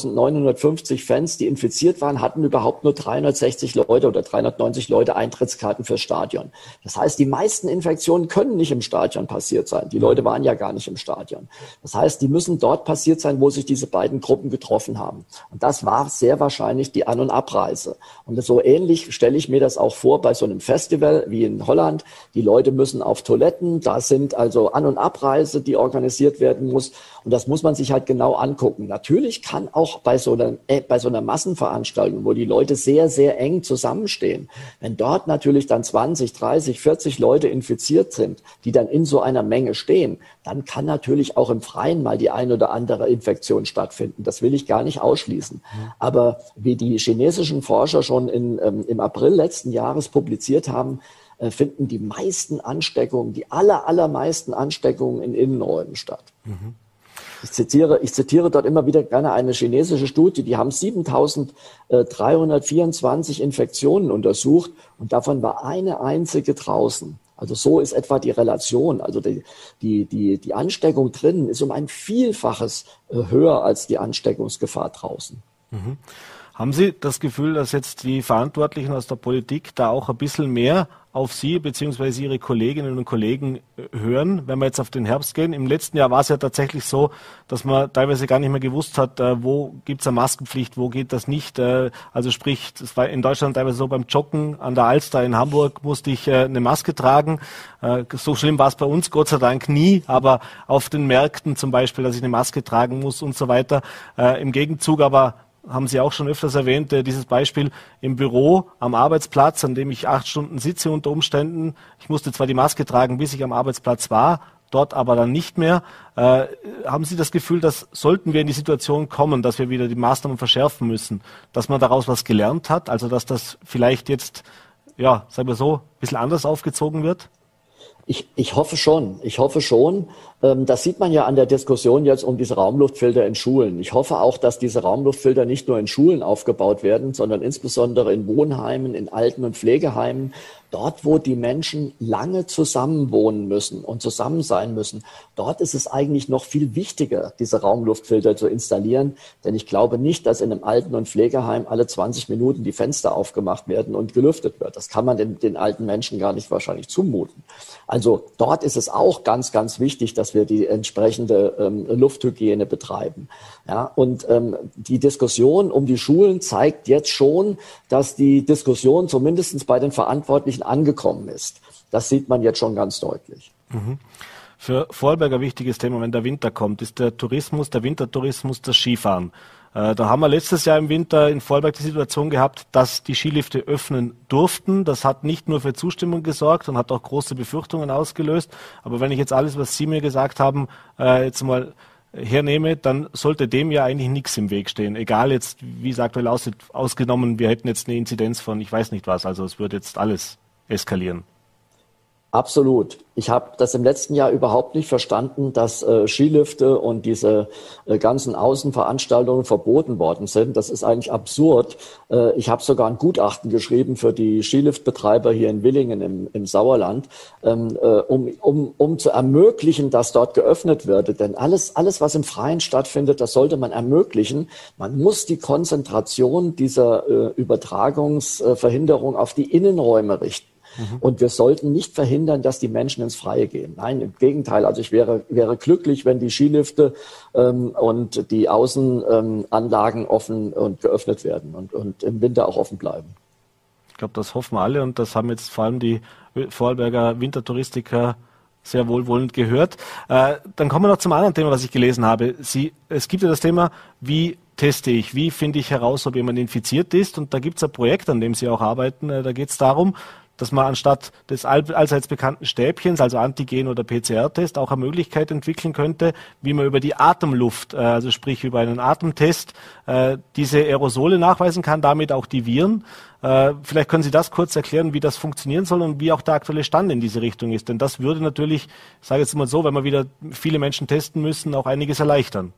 1950 Fans, die infiziert waren, hatten überhaupt nur 360 Leute oder 390 Leute Eintrittskarten fürs Stadion. Das heißt, die meisten Infektionen können nicht im Stadion passiert sein. Die Leute waren ja gar nicht im Stadion. Das heißt, die müssen dort passiert sein, wo sich diese beiden Gruppen getroffen haben. Und das war sehr wahrscheinlich die An- und Abreise. Und so ähnlich stelle ich mir das auch vor bei so einem Festival wie in Holland. Die Leute müssen auf Toiletten. Da sind also An- und Abreise, die organisiert werden muss. Und das muss man sich halt genau angucken. Natürlich kann auch bei so einer Massenveranstaltung, wo die Leute sehr, sehr eng zusammenstehen, wenn dort natürlich dann 20, 30, 40 Leute infiziert sind, die dann in so einer Menge stehen, dann kann natürlich auch im Freien mal die ein oder andere Infektion stattfinden. Das will ich gar nicht ausschließen. Aber wie die chinesischen Forscher schon im April letzten Jahres publiziert haben, finden die meisten Ansteckungen, die allermeisten Ansteckungen in Innenräumen statt. Ich zitiere dort immer wieder gerne eine chinesische Studie, die haben 7.324 Infektionen untersucht und davon war eine einzige draußen. Also so ist etwa die Relation. Also die Ansteckung drinnen ist um ein Vielfaches höher als die Ansteckungsgefahr draußen. Haben Sie das Gefühl, dass jetzt die Verantwortlichen aus der Politik da auch ein bisschen mehr auf Sie bzw. Ihre Kolleginnen und Kollegen hören, wenn wir jetzt auf den Herbst gehen? Im letzten Jahr war es ja tatsächlich so, dass man teilweise gar nicht mehr gewusst hat, wo gibt's eine Maskenpflicht, wo geht das nicht. Also sprich, es war in Deutschland teilweise so, beim Joggen an der Alster in Hamburg musste ich eine Maske tragen. So schlimm war es bei uns Gott sei Dank nie, aber auf den Märkten zum Beispiel, dass ich eine Maske tragen muss und so weiter. Im Gegenzug aber haben Sie auch schon öfters erwähnt, dieses Beispiel im Büro, am Arbeitsplatz, an dem ich 8 Stunden sitze unter Umständen. Ich musste zwar die Maske tragen, bis ich am Arbeitsplatz war, dort aber dann nicht mehr. Haben Sie das Gefühl, dass sollten wir in die Situation kommen, dass wir wieder die Maßnahmen verschärfen müssen, dass man daraus was gelernt hat, also dass das vielleicht jetzt, ja, sagen wir so, ein bisschen anders aufgezogen wird? Ich hoffe schon. Das sieht man ja an der Diskussion jetzt um diese Raumluftfilter in Schulen. Ich hoffe auch, dass diese Raumluftfilter nicht nur in Schulen aufgebaut werden, sondern insbesondere in Wohnheimen, in Alten- und Pflegeheimen, dort, wo die Menschen lange zusammenwohnen müssen und zusammen sein müssen. Dort ist es eigentlich noch viel wichtiger, diese Raumluftfilter zu installieren, denn ich glaube nicht, dass in einem Alten- und Pflegeheim alle 20 Minuten die Fenster aufgemacht werden und gelüftet wird. Das kann man den alten Menschen gar nicht wahrscheinlich zumuten. Also dort ist es auch ganz, ganz wichtig, dass wir die entsprechende Lufthygiene betreiben. Ja, und die Diskussion um die Schulen zeigt jetzt schon, dass die Diskussion zumindest bei den Verantwortlichen angekommen ist. Das sieht man jetzt schon ganz deutlich. Für Vorarlberg ein wichtiges Thema, wenn der Winter kommt, ist der Tourismus, der Wintertourismus, das Skifahren. Da haben wir letztes Jahr im Winter in Vorarlberg die Situation gehabt, dass die Skilifte öffnen durften. Das hat nicht nur für Zustimmung gesorgt und hat auch große Befürchtungen ausgelöst. Aber wenn ich jetzt alles, was Sie mir gesagt haben, jetzt mal hernehme, dann sollte dem ja eigentlich nichts im Weg stehen. Egal jetzt, wie es aktuell aussieht, ausgenommen, wir hätten jetzt eine Inzidenz von ich weiß nicht was. Also es würde jetzt alles eskalieren. Absolut. Ich habe das im letzten Jahr überhaupt nicht verstanden, dass Skilifte und diese ganzen Außenveranstaltungen verboten worden sind. Das ist eigentlich absurd. Ich habe sogar ein Gutachten geschrieben für die Skiliftbetreiber hier in Willingen im Sauerland, um zu ermöglichen, dass dort geöffnet wird. Denn alles, was im Freien stattfindet, das sollte man ermöglichen. Man muss die Konzentration dieser Übertragungsverhinderung auf die Innenräume richten. Und wir sollten nicht verhindern, dass die Menschen ins Freie gehen. Nein, im Gegenteil. Also ich wäre glücklich, wenn die Skilifte und die Außenanlagen offen und geöffnet werden und im Winter auch offen bleiben. Ich glaube, das hoffen wir alle und das haben jetzt vor allem die Vorarlberger Wintertouristiker sehr wohlwollend gehört. Dann kommen wir noch zum anderen Thema, was ich gelesen habe. Es gibt ja das Thema, wie teste ich, wie finde ich heraus, ob jemand infiziert ist, und da gibt es ein Projekt, an dem Sie auch arbeiten. Da geht es darum, dass man anstatt des allseits bekannten Stäbchens, also Antigen- oder PCR-Test, auch eine Möglichkeit entwickeln könnte, wie man über die Atemluft, also sprich über einen Atemtest, diese Aerosole nachweisen kann, damit auch die Viren. Vielleicht können Sie das kurz erklären, wie das funktionieren soll und wie auch der aktuelle Stand in diese Richtung ist. Denn das würde natürlich, ich sage jetzt mal so, wenn wir wieder viele Menschen testen müssen, auch einiges erleichtern.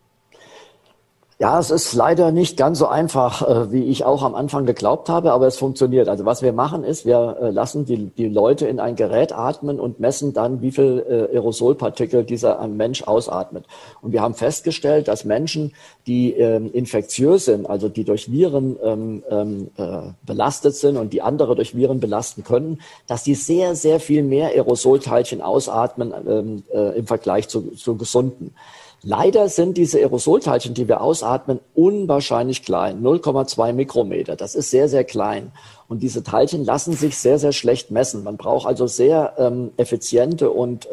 Ja, es ist leider nicht ganz so einfach, wie ich auch am Anfang geglaubt habe, aber es funktioniert. Also was wir machen ist, wir lassen die Leute in ein Gerät atmen und messen dann, wie viel Aerosolpartikel dieser Mensch ausatmet. Und wir haben festgestellt, dass Menschen, die infektiös sind, also die durch Viren belastet sind und die andere durch Viren belasten können, dass die sehr, sehr viel mehr Aerosolteilchen ausatmen im Vergleich zu Gesunden. Leider sind diese Aerosolteilchen, die wir ausatmen, unwahrscheinlich klein, 0,2 Mikrometer. Das ist sehr, sehr klein. Und diese Teilchen lassen sich sehr, sehr schlecht messen. Man braucht also sehr effiziente und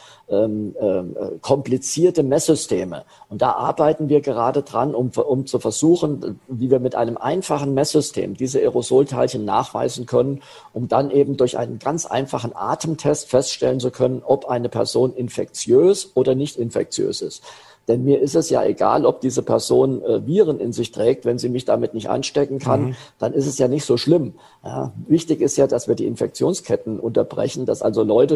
komplizierte Messsysteme. Und da arbeiten wir gerade dran, um zu versuchen, wie wir mit einem einfachen Messsystem diese Aerosolteilchen nachweisen können, um dann eben durch einen ganz einfachen Atemtest feststellen zu können, ob eine Person infektiös oder nicht infektiös ist. Denn mir ist es ja egal, ob diese Person Viren in sich trägt. Wenn sie mich damit nicht anstecken kann, dann ist es ja nicht so schlimm. Ja, wichtig ist ja, dass wir die Infektionsketten unterbrechen, dass also Leute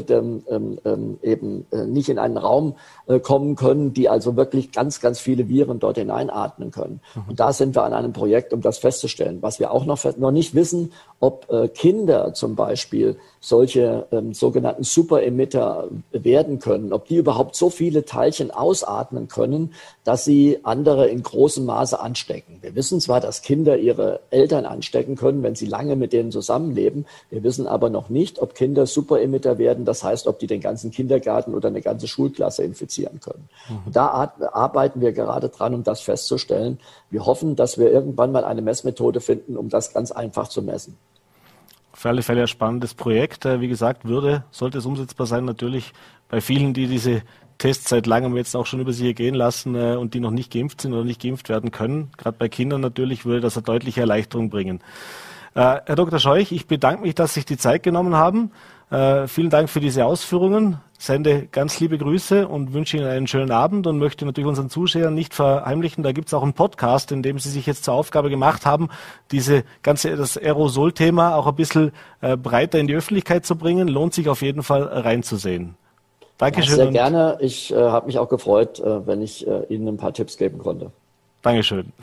eben nicht in einen Raum kommen können, die also wirklich ganz, ganz viele Viren dort hineinatmen können. Und da sind wir an einem Projekt, um das festzustellen. Was wir auch noch nicht wissen, ob Kinder zum Beispiel solche sogenannten Superemitter werden können, ob die überhaupt so viele Teilchen ausatmen können, dass sie andere in großem Maße anstecken. Wir wissen zwar, dass Kinder ihre Eltern anstecken können, wenn sie lange mit denen zusammenleben. Wir wissen aber noch nicht, ob Kinder Superemitter werden, das heißt, ob die den ganzen Kindergarten oder eine ganze Schulklasse infizieren können. Da arbeiten wir gerade dran, um das festzustellen. Wir hoffen, dass wir irgendwann mal eine Messmethode finden, um das ganz einfach zu messen. Auf alle Fälle ein spannendes Projekt. Wie gesagt, sollte es umsetzbar sein, natürlich bei vielen, die diese Tests seit langem jetzt auch schon über sich gehen lassen und die noch nicht geimpft sind oder nicht geimpft werden können. Gerade bei Kindern natürlich würde das eine deutliche Erleichterung bringen. Herr Dr. Scheuch, ich bedanke mich, dass Sie sich die Zeit genommen haben. Vielen Dank für diese Ausführungen. Sende ganz liebe Grüße und wünsche Ihnen einen schönen Abend und möchte natürlich unseren Zuschauern nicht verheimlichen, da gibt es auch einen Podcast, in dem Sie sich jetzt zur Aufgabe gemacht haben, das Aerosol-Thema auch ein bisschen breiter in die Öffentlichkeit zu bringen. Lohnt sich auf jeden Fall reinzusehen. Dankeschön. Ja, sehr gerne. Ich habe mich auch gefreut, wenn ich Ihnen ein paar Tipps geben konnte. Dankeschön.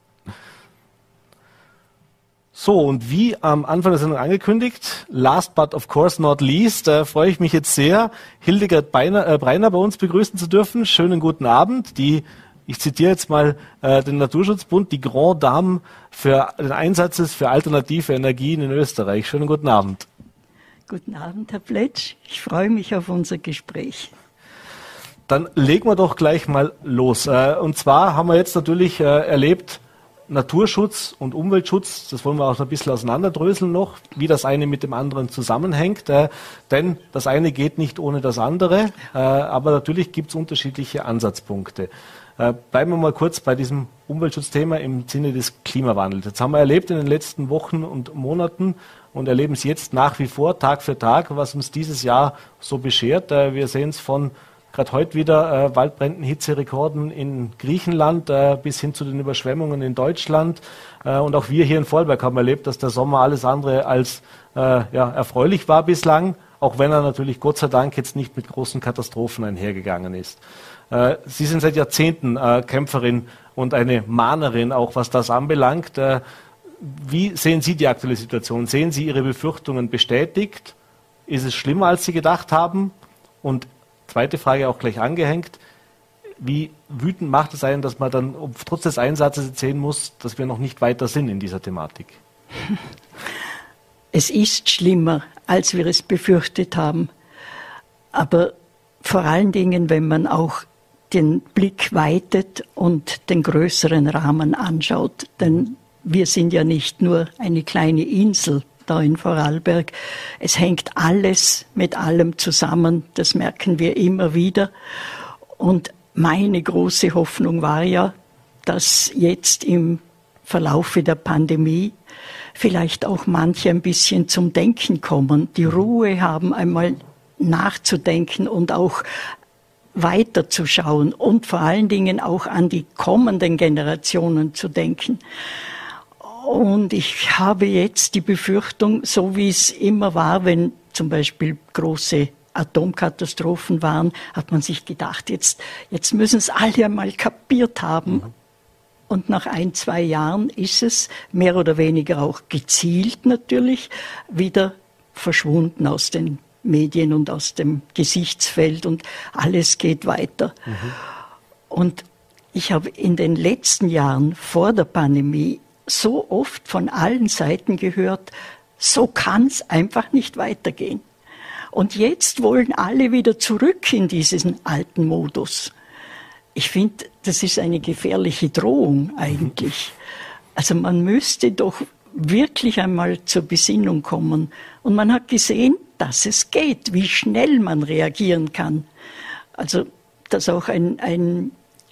So, und wie am Anfang der Sendung angekündigt, last but of course not least, freue ich mich jetzt sehr, Hildegard Breiner bei uns begrüßen zu dürfen. Schönen guten Abend. Ich zitiere jetzt mal den Naturschutzbund, die Grand Dame für den Einsatz für alternative Energien in Österreich. Schönen guten Abend. Guten Abend, Herr Pletsch. Ich freue mich auf unser Gespräch. Dann legen wir doch gleich mal los. Und zwar haben wir jetzt natürlich erlebt, Naturschutz und Umweltschutz, das wollen wir auch ein bisschen auseinanderdröseln noch, wie das eine mit dem anderen zusammenhängt, denn das eine geht nicht ohne das andere, aber natürlich gibt es unterschiedliche Ansatzpunkte. Bleiben wir mal kurz bei diesem Umweltschutzthema im Sinne des Klimawandels. Jetzt haben wir erlebt in den letzten Wochen und Monaten und erleben es jetzt nach wie vor, Tag für Tag, was uns dieses Jahr so beschert. Wir sehen es von gerade heute wieder Waldbränden, Hitzerekorden in Griechenland bis hin zu den Überschwemmungen in Deutschland. Und auch wir hier in Vorarlberg haben erlebt, dass der Sommer alles andere als erfreulich war bislang. auch wenn er natürlich Gott sei Dank jetzt nicht mit großen Katastrophen einhergegangen ist. Sie sind seit Jahrzehnten Kämpferin und eine Mahnerin, auch was das anbelangt. Wie sehen Sie die aktuelle Situation? Sehen Sie Ihre Befürchtungen bestätigt? Ist es schlimmer, als Sie gedacht haben? Und zweite Frage auch gleich angehängt. Wie wütend macht es einen, dass man dann trotz des Einsatzes sehen muss, dass wir noch nicht weiter sind in dieser Thematik? Es ist schlimmer, als wir es befürchtet haben. Aber vor allen Dingen, wenn man auch den Blick weitet und den größeren Rahmen anschaut. Denn wir sind ja nicht nur eine kleine Insel da in Vorarlberg. Es hängt alles mit allem zusammen. Das merken wir immer wieder. Und meine große Hoffnung war ja, dass jetzt im Verlaufe der Pandemie vielleicht auch manche ein bisschen zum Denken kommen, die Ruhe haben, einmal nachzudenken und auch weiterzuschauen und vor allen Dingen auch an die kommenden Generationen zu denken. Und ich habe jetzt die Befürchtung, so wie es immer war, wenn zum Beispiel große Atomkatastrophen waren, hat man sich gedacht, jetzt müssen es alle einmal kapiert haben. Und nach 1-2 Jahren ist es mehr oder weniger auch gezielt natürlich wieder verschwunden aus den Medien und aus dem Gesichtsfeld und alles geht weiter. Und ich habe in den letzten Jahren vor der Pandemie so oft von allen Seiten gehört, so kann es einfach nicht weitergehen. Und jetzt wollen alle wieder zurück in diesen alten Modus. Ich finde, das ist eine gefährliche Drohung eigentlich. Also man müsste doch wirklich einmal zur Besinnung kommen. Und man hat gesehen, dass es geht, wie schnell man reagieren kann. Also, dass auch ein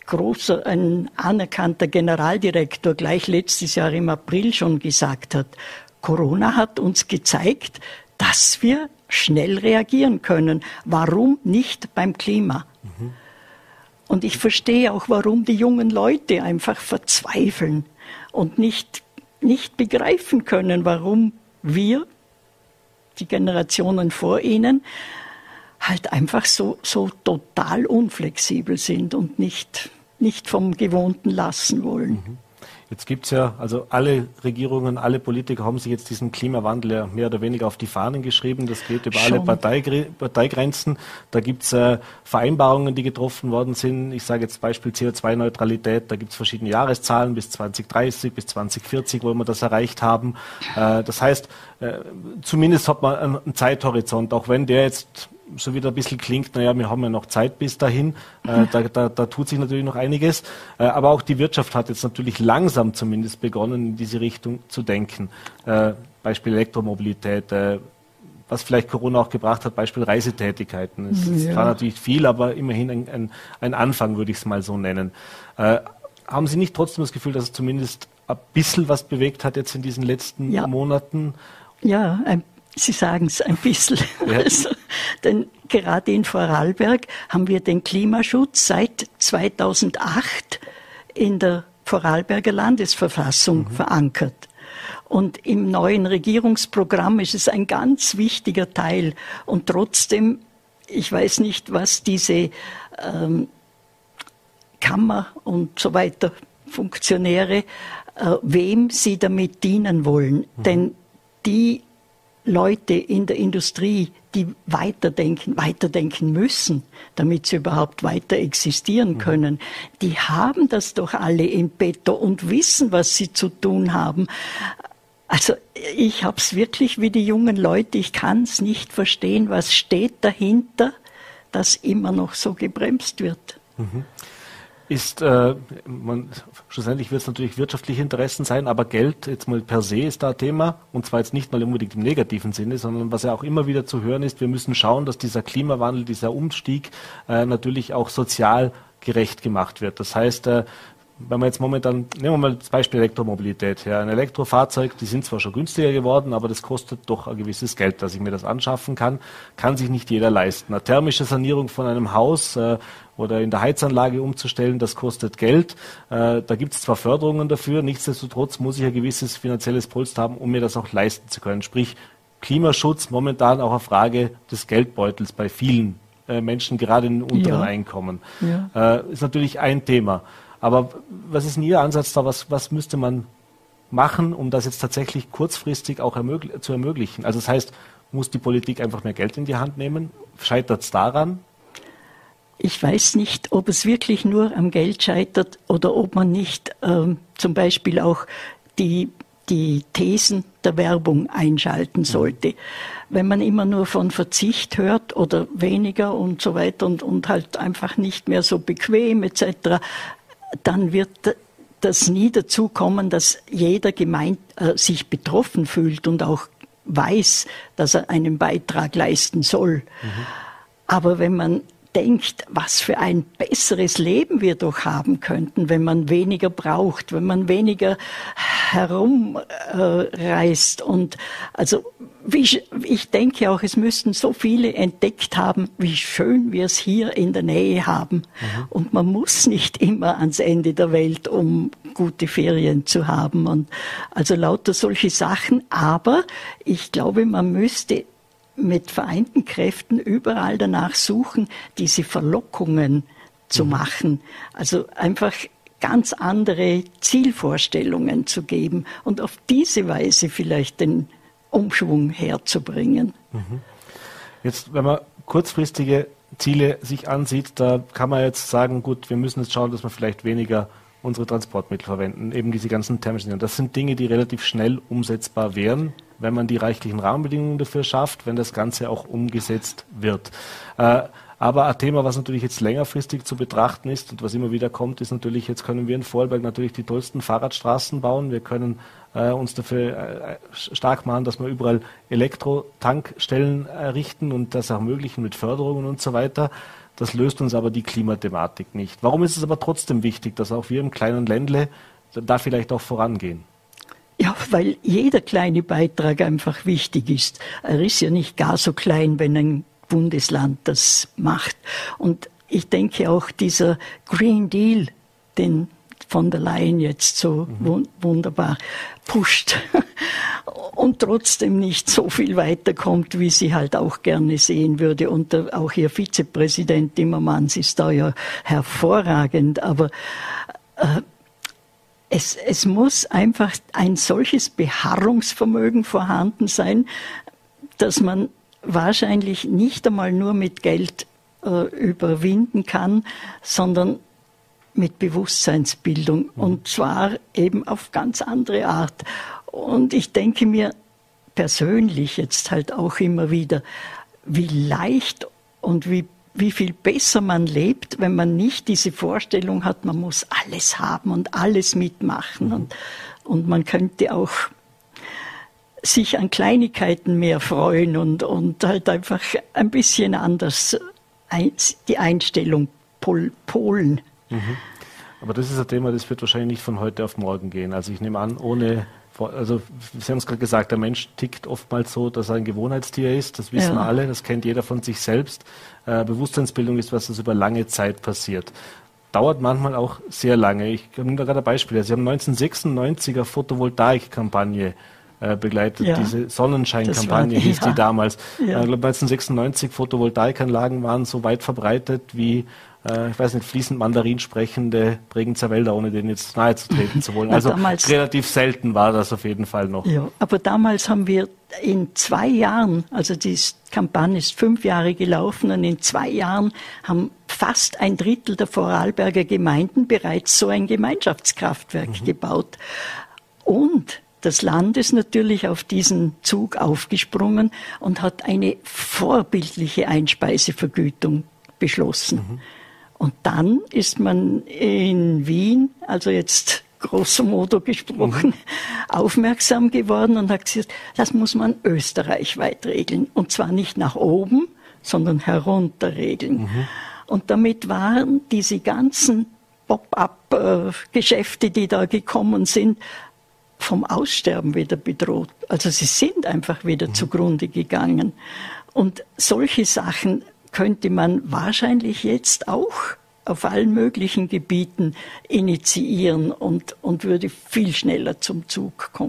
anerkannter Generaldirektor gleich letztes Jahr im April schon gesagt hat, Corona hat uns gezeigt, dass wir schnell reagieren können. Warum nicht beim Klima? Und ich verstehe auch, warum die jungen Leute einfach verzweifeln und nicht begreifen können, warum wir, die Generationen vor ihnen, halt einfach so total unflexibel sind und nicht vom Gewohnten lassen wollen. Jetzt gibt es ja, also alle Regierungen, alle Politiker haben sich jetzt diesen Klimawandel ja mehr oder weniger auf die Fahnen geschrieben. Das geht über alle Parteigrenzen. Da gibt es Vereinbarungen, die getroffen worden sind. Ich sage jetzt Beispiel CO2-Neutralität. Da gibt es verschiedene Jahreszahlen bis 2030, bis 2040, wo wir das erreicht haben. Das heißt, zumindest hat man einen Zeithorizont, auch wenn der jetzt so wieder ein bisschen klingt, naja, wir haben ja noch Zeit bis dahin, da tut sich natürlich noch einiges, aber auch die Wirtschaft hat jetzt natürlich langsam zumindest begonnen, in diese Richtung zu denken. Beispiel Elektromobilität, was vielleicht Corona auch gebracht hat, Beispiel Reisetätigkeiten. Es ist zwar natürlich viel, aber immerhin ein Anfang, würde ich es mal so nennen. Haben Sie nicht trotzdem das Gefühl, dass es zumindest ein bisschen was bewegt hat jetzt in diesen letzten Monaten? Ja, Sie sagen es ein bisschen. Ja. Also, denn gerade in Vorarlberg haben wir den Klimaschutz seit 2008 in der Vorarlberger Landesverfassung verankert. Und im neuen Regierungsprogramm ist es ein ganz wichtiger Teil. Und trotzdem, ich weiß nicht, was diese Kammer und so weiter Funktionäre, wem sie damit dienen wollen. Denn die Leute in der Industrie, die weiterdenken müssen, damit sie überhaupt weiter existieren können, die haben das doch alle in petto und wissen, was sie zu tun haben. Also ich habe es wirklich wie die jungen Leute, ich kann es nicht verstehen, was steht dahinter, dass immer noch so gebremst wird. Schlussendlich wird es natürlich wirtschaftliche Interessen sein, aber Geld jetzt mal per se ist da ein Thema, und zwar jetzt nicht mal unbedingt im negativen Sinne, sondern was ja auch immer wieder zu hören ist, wir müssen schauen, dass dieser Klimawandel, dieser Umstieg natürlich auch sozial gerecht gemacht wird. Das heißt, wenn wir jetzt momentan, nehmen wir mal das Beispiel Elektromobilität her. Ein Elektrofahrzeug, die sind zwar schon günstiger geworden, aber das kostet doch ein gewisses Geld, dass ich mir das anschaffen kann sich nicht jeder leisten. Eine thermische Sanierung von einem Haus oder in der Heizanlage umzustellen, das kostet Geld. Da gibt es zwar Förderungen dafür, nichtsdestotrotz muss ich ein gewisses finanzielles Polster haben, um mir das auch leisten zu können. Sprich, Klimaschutz momentan auch eine Frage des Geldbeutels bei vielen Menschen, gerade in unteren Einkommen. Ja. Ist natürlich ein Thema. Aber was ist denn Ihr Ansatz da? Was müsste man machen, um das jetzt tatsächlich kurzfristig auch zu ermöglichen? Also das heißt, muss die Politik einfach mehr Geld in die Hand nehmen? Scheitert es daran? Ich weiß nicht, ob es wirklich nur am Geld scheitert oder ob man nicht zum Beispiel auch die Thesen der Werbung einschalten sollte. Wenn man immer nur von Verzicht hört oder weniger und so weiter und halt einfach nicht mehr so bequem etc., dann wird das nie dazu kommen, dass jeder sich betroffen fühlt und auch weiß, dass er einen Beitrag leisten soll. Aber wenn man denkt, was für ein besseres Leben wir doch haben könnten, wenn man weniger braucht, wenn man weniger herumreist. Und also ich denke auch, es müssten so viele entdeckt haben, wie schön wir es hier in der Nähe haben. Und man muss nicht immer ans Ende der Welt, um gute Ferien zu haben. Und also lauter solche Sachen. Aber ich glaube, man müsste mit vereinten Kräften überall danach suchen, diese Verlockungen zu machen. Also einfach ganz andere Zielvorstellungen zu geben und auf diese Weise vielleicht den Umschwung herzubringen. Jetzt, wenn man kurzfristige Ziele sich ansieht, da kann man jetzt sagen, gut, wir müssen jetzt schauen, dass wir vielleicht weniger unsere Transportmittel verwenden, eben diese ganzen thermischen Dinge. Das sind Dinge, die relativ schnell umsetzbar wären, wenn man die rechtlichen Rahmenbedingungen dafür schafft, wenn das Ganze auch umgesetzt wird. Aber ein Thema, was natürlich jetzt längerfristig zu betrachten ist und was immer wieder kommt, ist natürlich, jetzt können wir in Vorarlberg natürlich die tollsten Fahrradstraßen bauen. Wir können uns dafür stark machen, dass wir überall Elektrotankstellen errichten und das ermöglichen mit Förderungen und so weiter. Das löst uns aber die Klimathematik nicht. Warum ist es aber trotzdem wichtig, dass auch wir im kleinen Ländle da vielleicht auch vorangehen? Ja, weil jeder kleine Beitrag einfach wichtig ist. Er ist ja nicht gar so klein, wenn ein Bundesland das macht. Und ich denke auch dieser Green Deal, den von der Leyen jetzt so wunderbar pusht und trotzdem nicht so viel weiterkommt, wie sie halt auch gerne sehen würde. Und auch ihr Vizepräsident Timmermans ist da ja hervorragend. Aber es muss einfach ein solches Beharrungsvermögen vorhanden sein, dass man wahrscheinlich nicht einmal nur mit Geld überwinden kann, sondern mit Bewusstseinsbildung und zwar eben auf ganz andere Art. Und ich denke mir persönlich jetzt halt auch immer wieder, wie leicht und wie viel besser man lebt, wenn man nicht diese Vorstellung hat, man muss alles haben und alles mitmachen. Und man könnte auch sich an Kleinigkeiten mehr freuen und halt einfach ein bisschen anders die Einstellung polen. Aber das ist ein Thema, das wird wahrscheinlich nicht von heute auf morgen gehen. Also ich nehme an, also Sie haben es gerade gesagt, der Mensch tickt oftmals so, dass er ein Gewohnheitstier ist. Das wissen wir alle, das kennt jeder von sich selbst. Bewusstseinsbildung ist was, das über lange Zeit passiert. Dauert manchmal auch sehr lange. Ich nehme da gerade ein Beispiel. Sie haben 1996er Photovoltaik-Kampagne begleitet, diese Sonnenschein-Kampagne hieß die damals. Ich glaube 1996 Photovoltaikanlagen waren so weit verbreitet wie ich weiß nicht, fließend Mandarin sprechende Bregenzer Wälder, ohne denen jetzt nahe zu treten zu wollen. Also relativ selten war das auf jeden Fall noch. Ja, aber damals haben wir in 2 Jahren, also die Kampagne ist 5 Jahre gelaufen und in 2 Jahren haben fast 1/3 der Vorarlberger Gemeinden bereits so ein Gemeinschaftskraftwerk gebaut. Und das Land ist natürlich auf diesen Zug aufgesprungen und hat eine vorbildliche Einspeisevergütung beschlossen. Und dann ist man in Wien, also jetzt grosso modo gesprochen, aufmerksam geworden und hat gesagt, das muss man österreichweit regeln. Und zwar nicht nach oben, sondern herunter regeln. Und damit waren diese ganzen Pop-up-Geschäfte, die da gekommen sind, vom Aussterben wieder bedroht. Also sie sind einfach wieder zugrunde gegangen. Und solche Sachen könnte man wahrscheinlich jetzt auch auf allen möglichen Gebieten initiieren und würde viel schneller zum Zug kommen.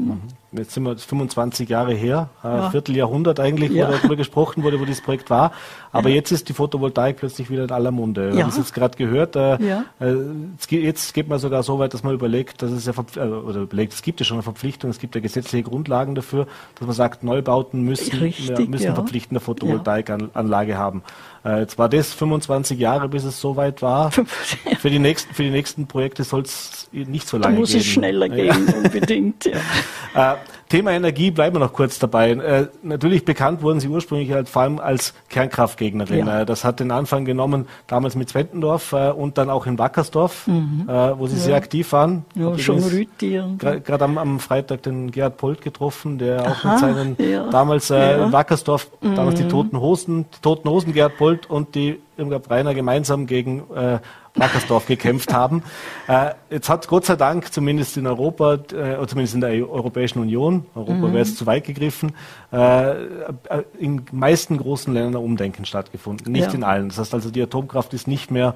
jetzt sind wir 25 Jahre her, Vierteljahrhundert eigentlich, wo darüber gesprochen wurde, wo dieses Projekt war. Aber jetzt ist die Photovoltaik plötzlich wieder in aller Munde. Wir haben es jetzt gerade gehört. Jetzt geht man sogar so weit, dass man überlegt, dass es es gibt ja schon eine Verpflichtung, es gibt ja gesetzliche Grundlagen dafür, dass man sagt, Neubauten müssen verpflichtende Photovoltaikanlage haben. Jetzt war das 25 Jahre, bis es so weit war. Für die nächsten Projekte soll es nicht so lange gehen. Da muss es schneller gehen, unbedingt. Ja. Thema Energie, bleiben wir noch kurz dabei. Natürlich bekannt wurden Sie ursprünglich halt vor allem als Kernkraftgegnerin. Ja. Das hat den Anfang genommen damals mit Zwentendorf und dann auch in Wackersdorf, wo Sie sehr aktiv waren. Ja, schon Rüti. Gerade am Freitag den Gerhard Polt getroffen, der auch mit seinen damals in Wackersdorf, damals die Toten Hosen Gerhard Polt und die Irmgard Breiner gemeinsam gegen Wackersdorf gekämpft haben. Jetzt hat Gott sei Dank zumindest in Europa, oder zumindest in der Europäischen Union, Europa wäre jetzt zu weit gegriffen, in meisten großen Ländern Umdenken stattgefunden, nicht in allen. Das heißt also, die Atomkraft ist nicht mehr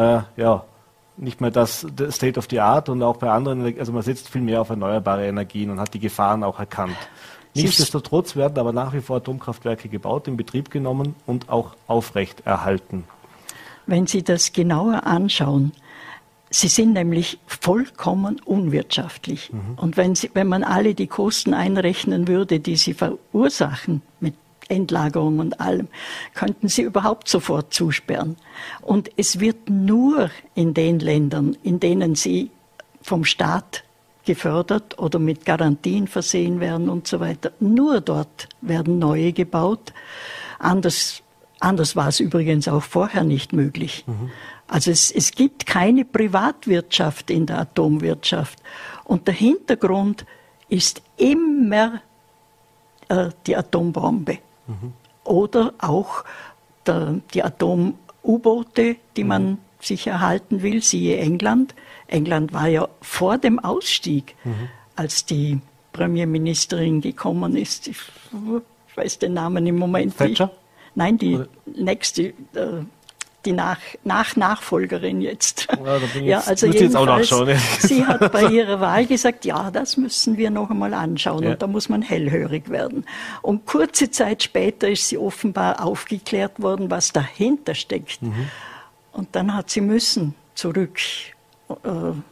das State of the Art und auch bei anderen, also man setzt viel mehr auf erneuerbare Energien und hat die Gefahren auch erkannt. Nichtsdestotrotz werden aber nach wie vor Atomkraftwerke gebaut, in Betrieb genommen und auch aufrecht erhalten. Wenn Sie das genauer anschauen, sie sind nämlich vollkommen unwirtschaftlich. Und wenn man alle die Kosten einrechnen würde, die sie verursachen, mit Endlagerung und allem, könnten sie überhaupt sofort zusperren. Und es wird nur in den Ländern, in denen sie vom Staat gefördert oder mit Garantien versehen werden und so weiter. Nur dort werden neue gebaut. Anders war es übrigens auch vorher nicht möglich. Also es gibt keine Privatwirtschaft in der Atomwirtschaft. Und der Hintergrund ist immer die Atombombe. Oder auch die Atom-U-Boote, die man sich erhalten will, siehe England. England war ja vor dem Ausstieg, als die Premierministerin gekommen ist. Ich weiß den Namen im Moment nicht. Nein, die nächste, die Nachfolgerin jetzt. Also jedenfalls, sie hat bei ihrer Wahl gesagt, ja, das müssen wir noch einmal anschauen und da muss man hellhörig werden. Und kurze Zeit später ist sie offenbar aufgeklärt worden, was dahinter steckt. Und dann hat sie müssen zurücktreten,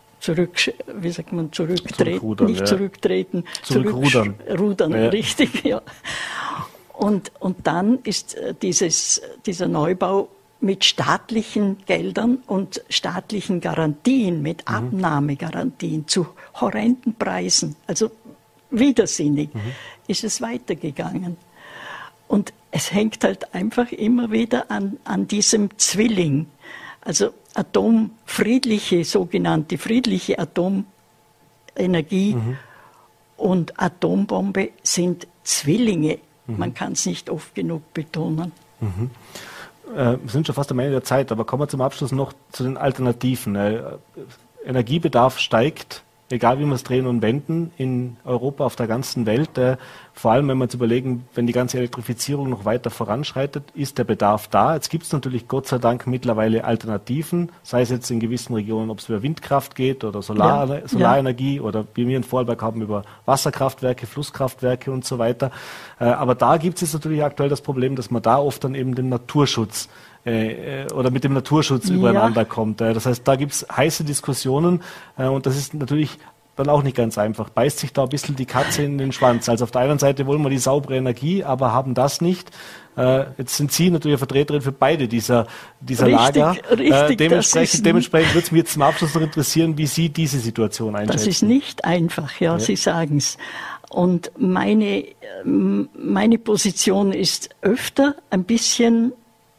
zurückrudern, richtig, ja. Und dann ist dieser Neubau mit staatlichen Geldern und staatlichen Garantien, mit Abnahmegarantien zu horrenden Preisen, also widersinnig, ist es weitergegangen. Und es hängt halt einfach immer wieder an diesem Zwilling. Also sogenannte friedliche Atomenergie und Atombombe sind Zwillinge. Man kann es nicht oft genug betonen. Wir sind schon fast am Ende der Zeit, aber kommen wir zum Abschluss noch zu den Alternativen. Energiebedarf steigt, egal wie wir es drehen und wenden, in Europa, auf der ganzen Welt. Vor allem, wenn wir uns überlegen, wenn die ganze Elektrifizierung noch weiter voranschreitet, ist der Bedarf da. Jetzt gibt es natürlich Gott sei Dank mittlerweile Alternativen, sei es jetzt in gewissen Regionen, ob es über Windkraft geht oder Solarenergie oder wie wir in Vorarlberg haben über Wasserkraftwerke, Flusskraftwerke und so weiter. Aber da gibt es natürlich aktuell das Problem, dass man da oft dann eben den Naturschutz oder mit dem Naturschutz übereinander kommt. Das heißt, da gibt es heiße Diskussionen und das ist natürlich dann auch nicht ganz einfach. Beißt sich da ein bisschen die Katze in den Schwanz. Also auf der einen Seite wollen wir die saubere Energie, aber haben das nicht. Jetzt sind Sie natürlich Vertreterin für beide dieser Lager. Richtig, dementsprechend würde es mich jetzt zum Abschluss noch interessieren, wie Sie diese Situation einschätzen. Das ist nicht einfach, Sie sagen es. Und meine Position ist öfter ein bisschen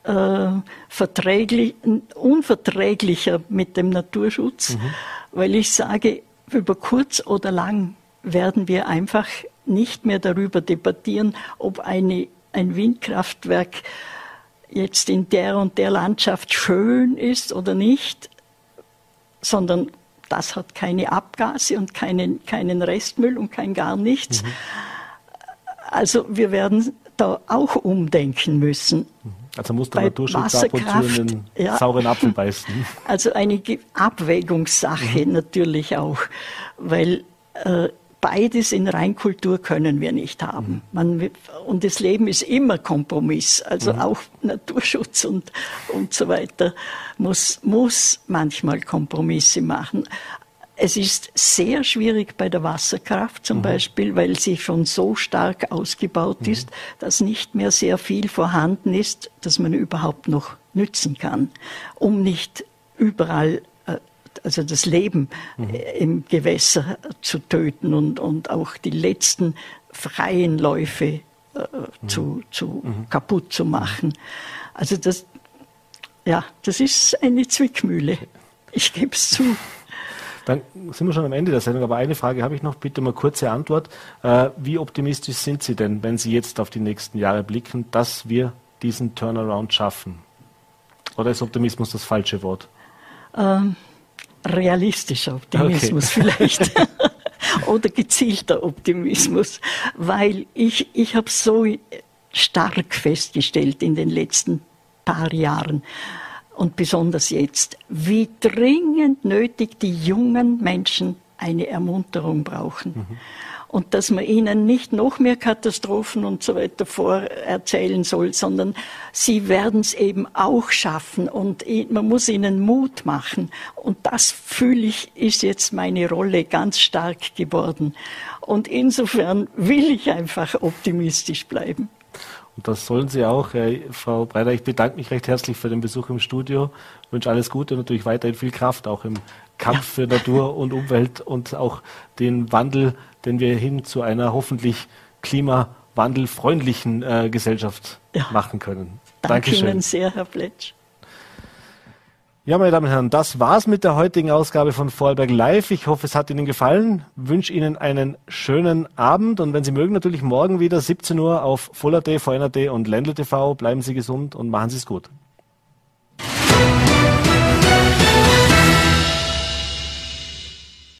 unverträglicher mit dem Naturschutz, weil ich sage, über kurz oder lang werden wir einfach nicht mehr darüber debattieren, ob ein Windkraftwerk jetzt in der und der Landschaft schön ist oder nicht, sondern das hat keine Abgase und keinen Restmüll und kein gar nichts. Also wir werden da auch umdenken müssen. Also muss der Naturschutz ab und zu in den sauren Apfel beißen. Also eine Abwägungssache natürlich auch, weil beides in Reinkultur können wir nicht haben. Und das Leben ist immer Kompromiss, also auch Naturschutz und so weiter muss manchmal Kompromisse machen. Es ist sehr schwierig bei der Wasserkraft zum Beispiel, weil sie schon so stark ausgebaut ist, dass nicht mehr sehr viel vorhanden ist, dass man überhaupt noch nützen kann, um nicht überall also das Leben im Gewässer zu töten und auch die letzten freien Läufe kaputt zu machen. Also das ist eine Zwickmühle. Ich gebe es zu. Dann sind wir schon am Ende der Sendung, aber eine Frage habe ich noch, bitte mal kurze Antwort. Wie optimistisch sind Sie denn, wenn Sie jetzt auf die nächsten Jahre blicken, dass wir diesen Turnaround schaffen? Oder ist Optimismus das falsche Wort? Realistischer Optimismus vielleicht. Oder gezielter Optimismus. Weil ich habe so stark festgestellt in den letzten paar Jahren, und besonders jetzt, wie dringend nötig die jungen Menschen eine Ermunterung brauchen. Und dass man ihnen nicht noch mehr Katastrophen und so weiter vorerzählen soll, sondern sie werden es eben auch schaffen und man muss ihnen Mut machen. Und das, fühle ich, ist jetzt meine Rolle ganz stark geworden. Und insofern will ich einfach optimistisch bleiben. Und das sollen Sie auch. Frau Breider, ich bedanke mich recht herzlich für den Besuch im Studio. Ich wünsche alles Gute und natürlich weiterhin viel Kraft, auch im Kampf für Natur und Umwelt und auch den Wandel, den wir hin zu einer hoffentlich klimawandelfreundlichen Gesellschaft machen können. Danke Ihnen sehr, Herr Pletsch. Ja, meine Damen und Herren, das war's mit der heutigen Ausgabe von Vorarlberg Live. Ich hoffe, es hat Ihnen gefallen. Wünsche Ihnen einen schönen Abend und wenn Sie mögen, natürlich morgen wieder 17 Uhr auf Full.at, VN.at und Ländle TV. Bleiben Sie gesund und machen Sie es gut.